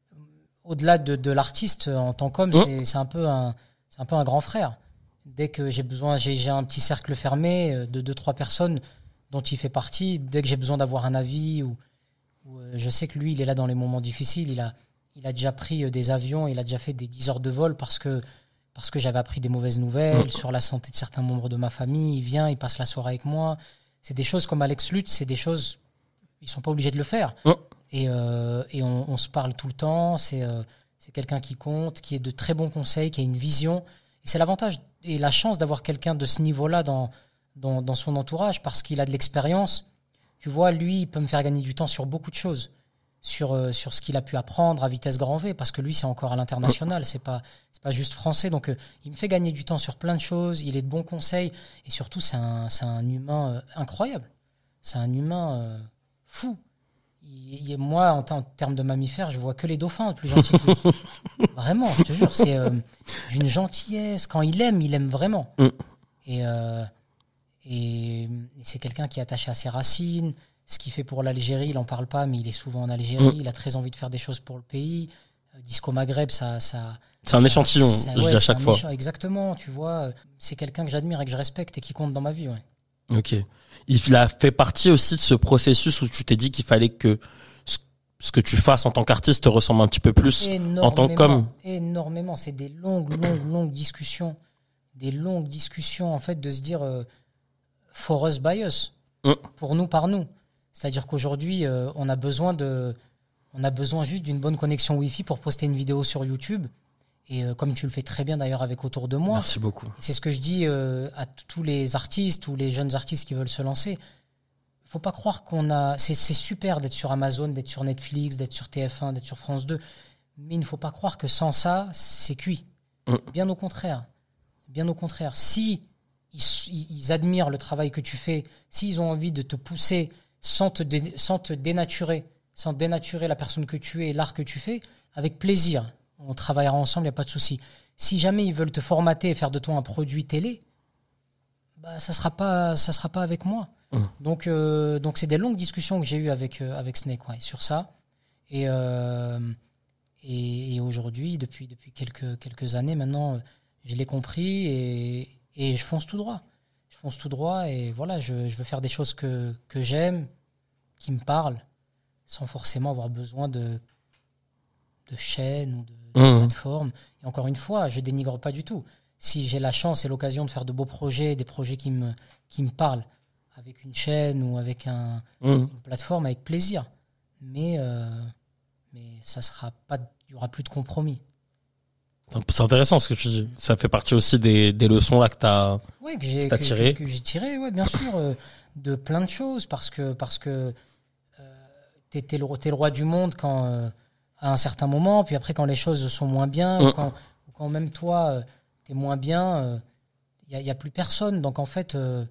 S2: au-delà de, de l'artiste en tant qu'homme,
S1: Mmh.
S2: c'est, c'est un peu un, c'est un peu un grand frère. Dès que j'ai besoin, j'ai, j'ai un petit cercle fermé de deux, trois personnes dont il fait partie. Dès que j'ai besoin d'avoir un avis ou, ou euh, je sais que lui, il est là dans les moments difficiles. Il a, il a déjà pris euh, des avions, il a déjà fait des dix heures de vol parce que, parce que j'avais appris des mauvaises nouvelles
S1: Mmh.
S2: sur la santé de certains membres de ma famille. Il vient, il passe la soirée avec moi. C'est des choses comme Alex Lutz, c'est des choses, ils sont pas obligés de le faire.
S1: Mmh.
S2: Et, euh, et on, on se parle tout le temps. C'est, euh, c'est quelqu'un qui compte, qui est de très bons conseils, qui a une vision. Et c'est l'avantage et la chance d'avoir quelqu'un de ce niveau-là dans, dans, dans son entourage parce qu'il a de l'expérience. Tu vois, lui, il peut me faire gagner du temps sur beaucoup de choses, sur, euh, sur ce qu'il a pu apprendre à vitesse grand V, parce que lui, c'est encore à l'international, c'est pas, c'est pas juste français. Donc, euh, il me fait gagner du temps sur plein de choses. Il est de bons conseils et surtout, c'est un, c'est un humain euh, incroyable. C'est un humain euh, fou. Il, il, moi, en, en termes de mammifères, je vois que les dauphins plus gentils que lui. Vraiment, je te jure, c'est euh, d'une gentillesse. Quand il aime, il aime vraiment.
S1: Mm.
S2: Et, euh, et, et c'est quelqu'un qui est attaché à ses racines. Ce qu'il fait pour l'Algérie, il en parle pas, mais il est souvent en Algérie.
S1: Mm.
S2: Il a très envie de faire des choses pour le pays. Euh, Disco Maghreb, ça, ça.
S1: C'est un
S2: ça,
S1: échantillon,
S2: ça,
S1: je
S2: ouais,
S1: dis à chaque
S2: c'est un
S1: fois.
S2: écha- Exactement, tu vois. C'est quelqu'un que j'admire et que je respecte et qui compte dans ma vie, ouais.
S1: Ok. Il a fait partie aussi de ce processus où tu t'es dit qu'il fallait que ce- ce que tu fasses en tant qu'artiste te ressemble un petit peu plus en tant qu'homme.
S2: Énormément. C'est des longues, longues, longues discussions. Des longues discussions, en fait, de se dire euh, for us, by us.
S1: Mm.
S2: Pour nous, par nous. C'est-à-dire qu'aujourd'hui, euh, on a besoin de, on a besoin juste d'une bonne connexion Wi-Fi pour poster une vidéo sur YouTube. Et euh, comme tu le fais très bien d'ailleurs avec Autour de moi.
S1: Merci beaucoup.
S2: C'est ce que je dis euh, à t- tous les artistes ou les jeunes artistes qui veulent se lancer. Faut pas croire qu'on a. C'est, c'est super d'être sur Amazon, d'être sur Netflix, d'être sur T F un, d'être sur France deux. Mais il ne faut pas croire que sans ça, c'est cuit.
S1: Mm.
S2: Bien au contraire. Bien au contraire. Si ils, ils admirent le travail que tu fais, s'ils ont envie de te pousser sans te, dé, sans te dénaturer, sans dénaturer la personne que tu es et l'art que tu fais, avec plaisir. On travaillera ensemble, il n'y a pas de souci. Si jamais ils veulent te formater et faire de toi un produit télé, bah, ça ne sera pas, ça sera pas avec moi.
S1: Mmh.
S2: Donc, euh, donc c'est des longues discussions que j'ai eues avec, euh, avec Snake ouais, sur ça. Et, euh, et, et aujourd'hui, depuis, depuis quelques, quelques années maintenant, je l'ai compris et, et je fonce tout droit. Je fonce tout droit et voilà, je, je veux faire des choses que, que j'aime, qui me parlent, sans forcément avoir besoin de, de chaînes ou de, de
S1: Mmh.
S2: plateformes. Et encore une fois, je dénigre pas du tout. Si j'ai la chance et l'occasion de faire de beaux projets, des projets qui me, qui me parlent, avec une chaîne ou avec un,
S1: Mmh.
S2: une plateforme, avec plaisir. Mais, euh, mais ça sera pas, il y aura plus de compromis.
S1: C'est intéressant ce que tu dis. Ça fait partie aussi des, des leçons là que t'as.
S2: Ouais, que j'ai
S1: T'as
S2: que,
S1: tiré.
S2: que, que j'ai tiré, ouais, bien sûr, euh, de plein de choses parce que parce que euh, t'es, t'es, le, t'es le roi du monde quand euh, à un certain moment, puis après quand les choses sont moins bien,
S1: Mm.
S2: ou, quand, ou quand même toi euh, t'es moins bien, il euh, y, y a plus personne. Donc en fait, euh,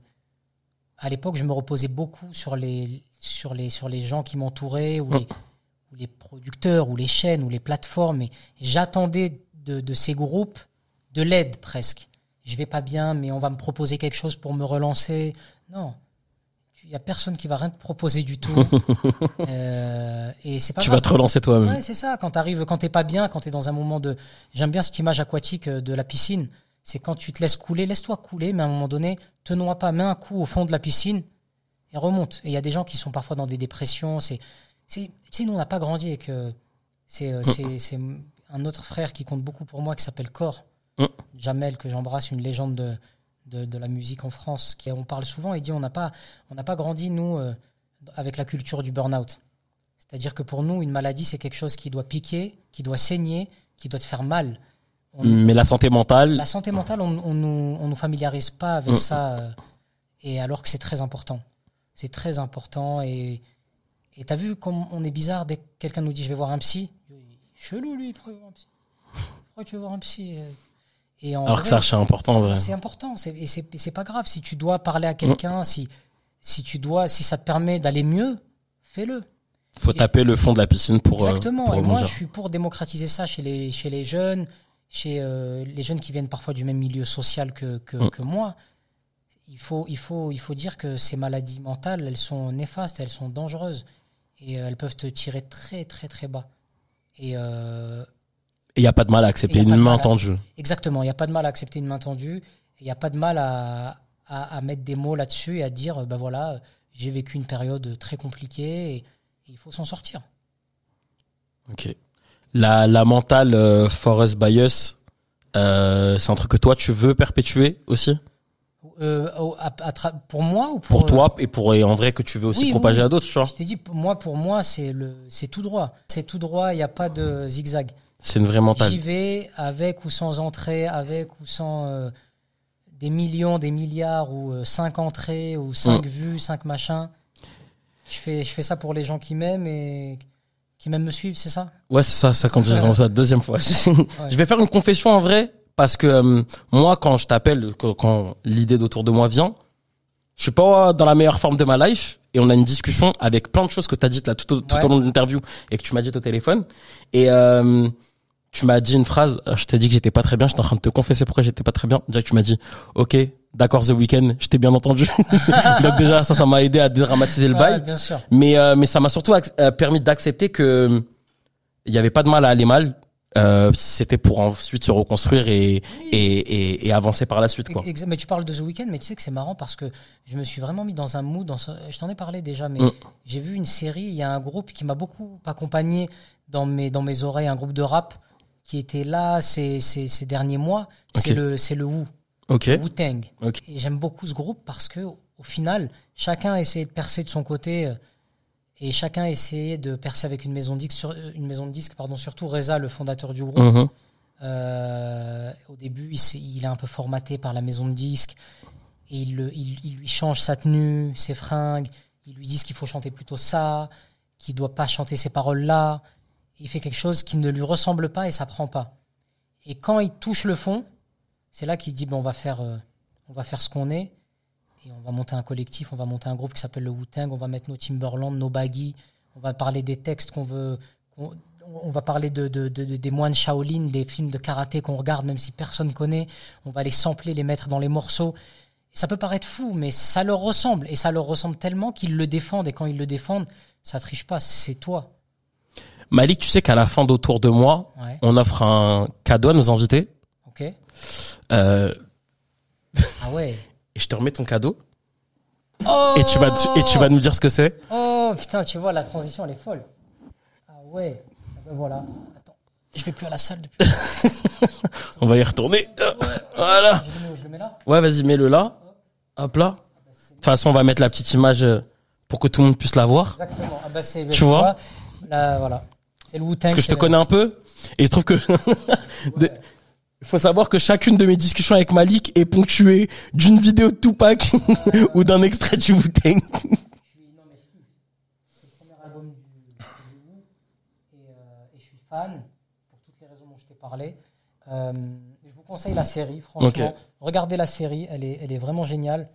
S2: à l'époque, je me reposais beaucoup sur les sur les sur les gens qui m'entouraient ou
S1: Mm.
S2: les ou les producteurs ou les chaînes ou les plateformes. Et j'attendais de, de ces groupes de l'aide presque. Je vais pas bien, mais on va me proposer quelque chose pour me relancer. Non, il y a personne qui va rien te proposer du tout. euh, et c'est pas
S1: Tu
S2: grave.
S1: vas te relancer toi-même.
S2: Ouais, c'est ça. Quand t'arrives, quand t'es pas bien, quand t'es dans un moment de, j'aime bien cette image aquatique euh, de la piscine. C'est quand tu te laisses couler, laisse-toi couler, mais à un moment donné, te noie pas, mets un coup au fond de la piscine et remonte. Et il y a des gens qui sont parfois dans des dépressions. C'est, c'est, tu sais, nous, on n'a pas grandi avec... Euh, c'est, euh, c'est, c'est un autre frère qui compte beaucoup pour moi qui s'appelle Cor. Mm. Jamel, que j'embrasse, une légende de, de, de la musique en France. Qui, on parle souvent, il dit on n'a pas, on n'a pas grandi, nous, euh, avec la culture du burn-out. C'est-à-dire que pour nous, une maladie, c'est quelque chose qui doit piquer, qui doit saigner, qui doit te faire mal.
S1: On, Mais la santé mentale...
S2: La santé mentale, on, on, nous, on nous familiarise pas avec mmh. ça, euh, et alors que c'est très important. C'est très important, et et t'as vu comme on est bizarre dès que quelqu'un nous dit « je vais voir un psy ». Chelou, lui, pourquoi il va voir un psy ? Pourquoi tu veux voir un psy ? Et en
S1: alors vrai, que ça, c'est important, vrai.
S2: C'est important, c'est, et c'est, et c'est pas grave. Si tu dois parler à quelqu'un, mmh. si, si, tu dois, si ça te permet d'aller mieux, fais-le.
S1: Faut et taper je... le fond de la piscine pour...
S2: Exactement,
S1: euh, pour
S2: et moi, je suis pour démocratiser ça chez les, chez les jeunes, chez euh, les jeunes qui viennent parfois du même milieu social que, que, mmh. que moi. Il faut, il, faut, il faut dire que ces maladies mentales, elles sont néfastes, elles sont dangereuses. Et euh, elles peuvent te tirer très, très, très bas. Et il euh,
S1: n'y a pas de mal à accepter une main tendue.
S2: Exactement, il n'y a pas de mal à accepter une main tendue. Il n'y a pas de mal à, à, à mettre des mots là-dessus et à dire, ben voilà, j'ai vécu une période très compliquée et il faut s'en sortir.
S1: Ok. La, la mentale euh, Forest Bias, euh, c'est un truc que toi tu veux perpétuer aussi
S2: euh, à, à, à, Pour moi ou
S1: pour, pour toi et pour et en vrai que tu veux aussi oui, propager oui. à d'autres, tu vois.
S2: Je t'ai dit, moi pour moi c'est le c'est tout droit, c'est tout droit, il n'y a pas de zigzag.
S1: C'est une vraie mentale.
S2: J'y vais avec ou sans entrée, avec ou sans euh, des millions, des milliards ou euh, cinq entrées ou cinq mmh. vues, cinq machins. Je fais je fais ça pour les gens qui m'aiment et qui même me suivent, c'est ça ?
S1: Ouais, c'est ça, ça quand j'ai commencé la deuxième fois. Ouais. Je vais faire une confession en vrai, parce que euh, moi, quand je t'appelle, quand, quand l'idée d'autour de moi vient, je suis pas dans la meilleure forme de ma life, et on a une discussion avec plein de choses que t'as dites là tout au, tout ouais. au long de l'interview, et que tu m'as dit au téléphone, et euh, tu m'as dit une phrase, je t'ai dit que j'étais pas très bien, j'étais en train de te confesser pourquoi j'étais pas très bien. Déjà, tu m'as dit, ok, d'accord, The Weeknd, je t'ai bien entendu. Donc déjà, ça, ça m'a aidé à dédramatiser le bail.
S2: Ouais, bien sûr.
S1: Mais, euh, mais ça m'a surtout ac- permis d'accepter que il y avait pas de mal à aller mal. Euh, c'était pour ensuite se reconstruire et, oui. et, et, et avancer par la suite, quoi.
S2: Mais tu parles de The Weeknd, mais tu sais que c'est marrant parce que je me suis vraiment mis dans un mood, dans ce... je t'en ai parlé déjà, mais mm. j'ai vu une série, il y a un groupe qui m'a beaucoup accompagné dans mes, dans mes oreilles, un groupe de rap qui était là ces, ces, ces derniers mois, okay. c'est le, c'est le Wu.
S1: Okay.
S2: Wu-Tang.
S1: Okay.
S2: Et j'aime beaucoup ce groupe parce que, au final, chacun a essayé de percer de son côté et chacun a essayé de percer avec une maison de disques, sur, une maison de disques, pardon, surtout Reza, le fondateur du groupe. Mm-hmm. Euh, au début, il, il est un peu formaté par la maison de disques et il, le, il, il lui change sa tenue, ses fringues, ils lui disent qu'il faut chanter plutôt ça, qu'il doit pas chanter ces paroles-là. Il fait quelque chose qui ne lui ressemble pas et ça prend pas. Et quand il touche le fond, c'est là qu'il dit ben on va faire, euh, on va faire ce qu'on est et on va monter un collectif, on va monter un groupe qui s'appelle le Wu-Tang, on va mettre nos Timberland, nos baggy, on va parler des textes qu'on veut, qu'on, on va parler de, de, de, de des moines Shaolin, des films de karaté qu'on regarde même si personne connaît, on va les sampler, les mettre dans les morceaux. Et ça peut paraître fou, mais ça leur ressemble et ça leur ressemble tellement qu'ils le défendent et quand ils le défendent, ça triche pas, c'est toi.
S1: Malik, tu sais qu'à la fin d'Autour de moi, ouais. on offre un cadeau à nos invités.
S2: Ok.
S1: Euh...
S2: Ah ouais.
S1: Et je te remets ton cadeau.
S2: Oh
S1: et tu vas tu, et tu vas nous dire ce que c'est.
S2: Oh putain, tu vois la transition elle est folle. Ah ouais. Ah ben voilà. Attends, je vais plus à la salle depuis.
S1: On va y retourner.
S2: Ouais.
S1: Voilà.
S2: Je le, mets, je le mets là.
S1: Ouais, vas-y, mets-le là. Hop là. De toute façon, on va mettre la petite image pour que tout le monde puisse la voir.
S2: Exactement. Ah bah c'est.
S1: Tu vois.
S2: Là, voilà. C'est le Wu-Tang.
S1: Parce que je te connais un peu et je trouve que il ouais. faut savoir que chacune de mes discussions avec Malik est ponctuée d'une vidéo de Tupac ouais. ou d'un extrait du Wu-Tang.
S2: Je suis, non mais je kiffe. C'est le premier album du, du Wu et, euh, et je suis fan pour toutes les raisons dont je t'ai parlé. Euh, je vous conseille la série, franchement. Okay. Regardez la série, elle est, elle est vraiment géniale.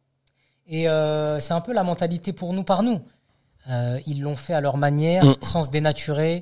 S2: Et euh, c'est un peu la mentalité pour nous par nous. Euh, ils l'ont fait à leur manière, mmh. sans se dénaturer,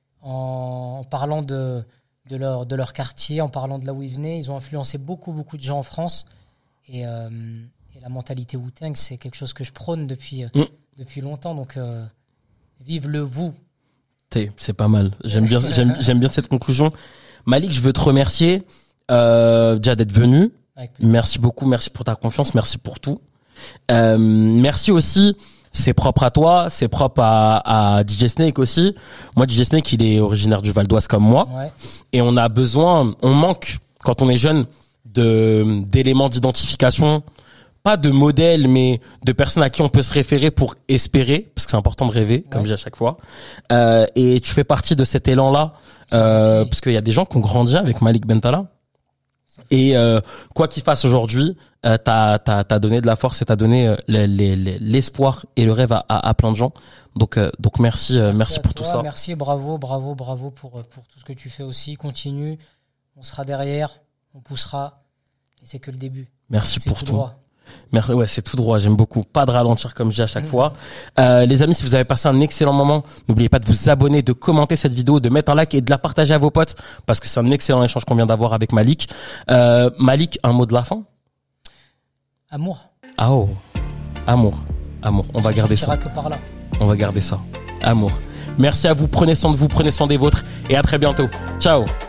S2: en, en parlant de, de, leur, de leur quartier, en parlant de là où ils venaient. Ils ont influencé beaucoup, beaucoup de gens en France. Et, euh, et la mentalité Wu-Tang, c'est quelque chose que je prône depuis, mmh. depuis longtemps. Donc, euh, vive le vous.
S1: C'est pas mal. J'aime bien, j'aime, j'aime bien cette conclusion. Malik, je veux te remercier. euh, déjà d'être venu.
S2: Avec plaisir.
S1: Merci beaucoup, merci pour ta confiance, merci pour tout. Euh, merci aussi, c'est propre à toi, c'est propre à, à D J Snake aussi. Moi, D J Snake, il est originaire du Val d'Oise comme moi.
S2: Ouais.
S1: Et on a besoin, on manque, quand on est jeune, de d'éléments d'identification, pas de modèles, mais de personnes à qui on peut se référer pour espérer, parce que c'est important de rêver, comme
S2: Ouais.
S1: je dis à chaque fois. Euh, et tu fais partie de cet élan-là, euh,
S2: gentil.
S1: parce qu'il y a des gens qui ont grandi avec Malik Bentala. Et euh, quoi qu'il fasse aujourd'hui, euh, t'as t'as t'as donné de la force et t'as donné euh, les- les- les- l'espoir et le rêve à, à, à plein de gens. Donc euh, donc merci euh, merci
S2: à
S1: pour
S2: toi,
S1: tout ça.
S2: Merci, bravo, bravo, bravo pour, pour tout ce que tu fais aussi. Continue. On sera derrière. On poussera. Et c'est que le début.
S1: Merci
S2: C'est
S1: pour
S2: tout
S1: tout.
S2: droit.
S1: Merci, ouais, c'est tout droit. J'aime beaucoup. Pas de ralentir comme je dis à chaque
S2: Mmh.
S1: fois. Euh, les amis, si vous avez passé un excellent moment, n'oubliez pas de vous abonner, de commenter cette vidéo, de mettre un like et de la partager à vos potes parce que c'est un excellent échange qu'on vient d'avoir avec Malik. Euh, Malik, un mot de la fin?
S2: Amour.
S1: Ah oh, amour, amour. On va
S2: Ça
S1: garder
S2: sortira
S1: ça.
S2: que par là.
S1: On va garder ça. Amour. Merci à vous. Prenez soin de vous, prenez soin des vôtres et à très bientôt. Ciao.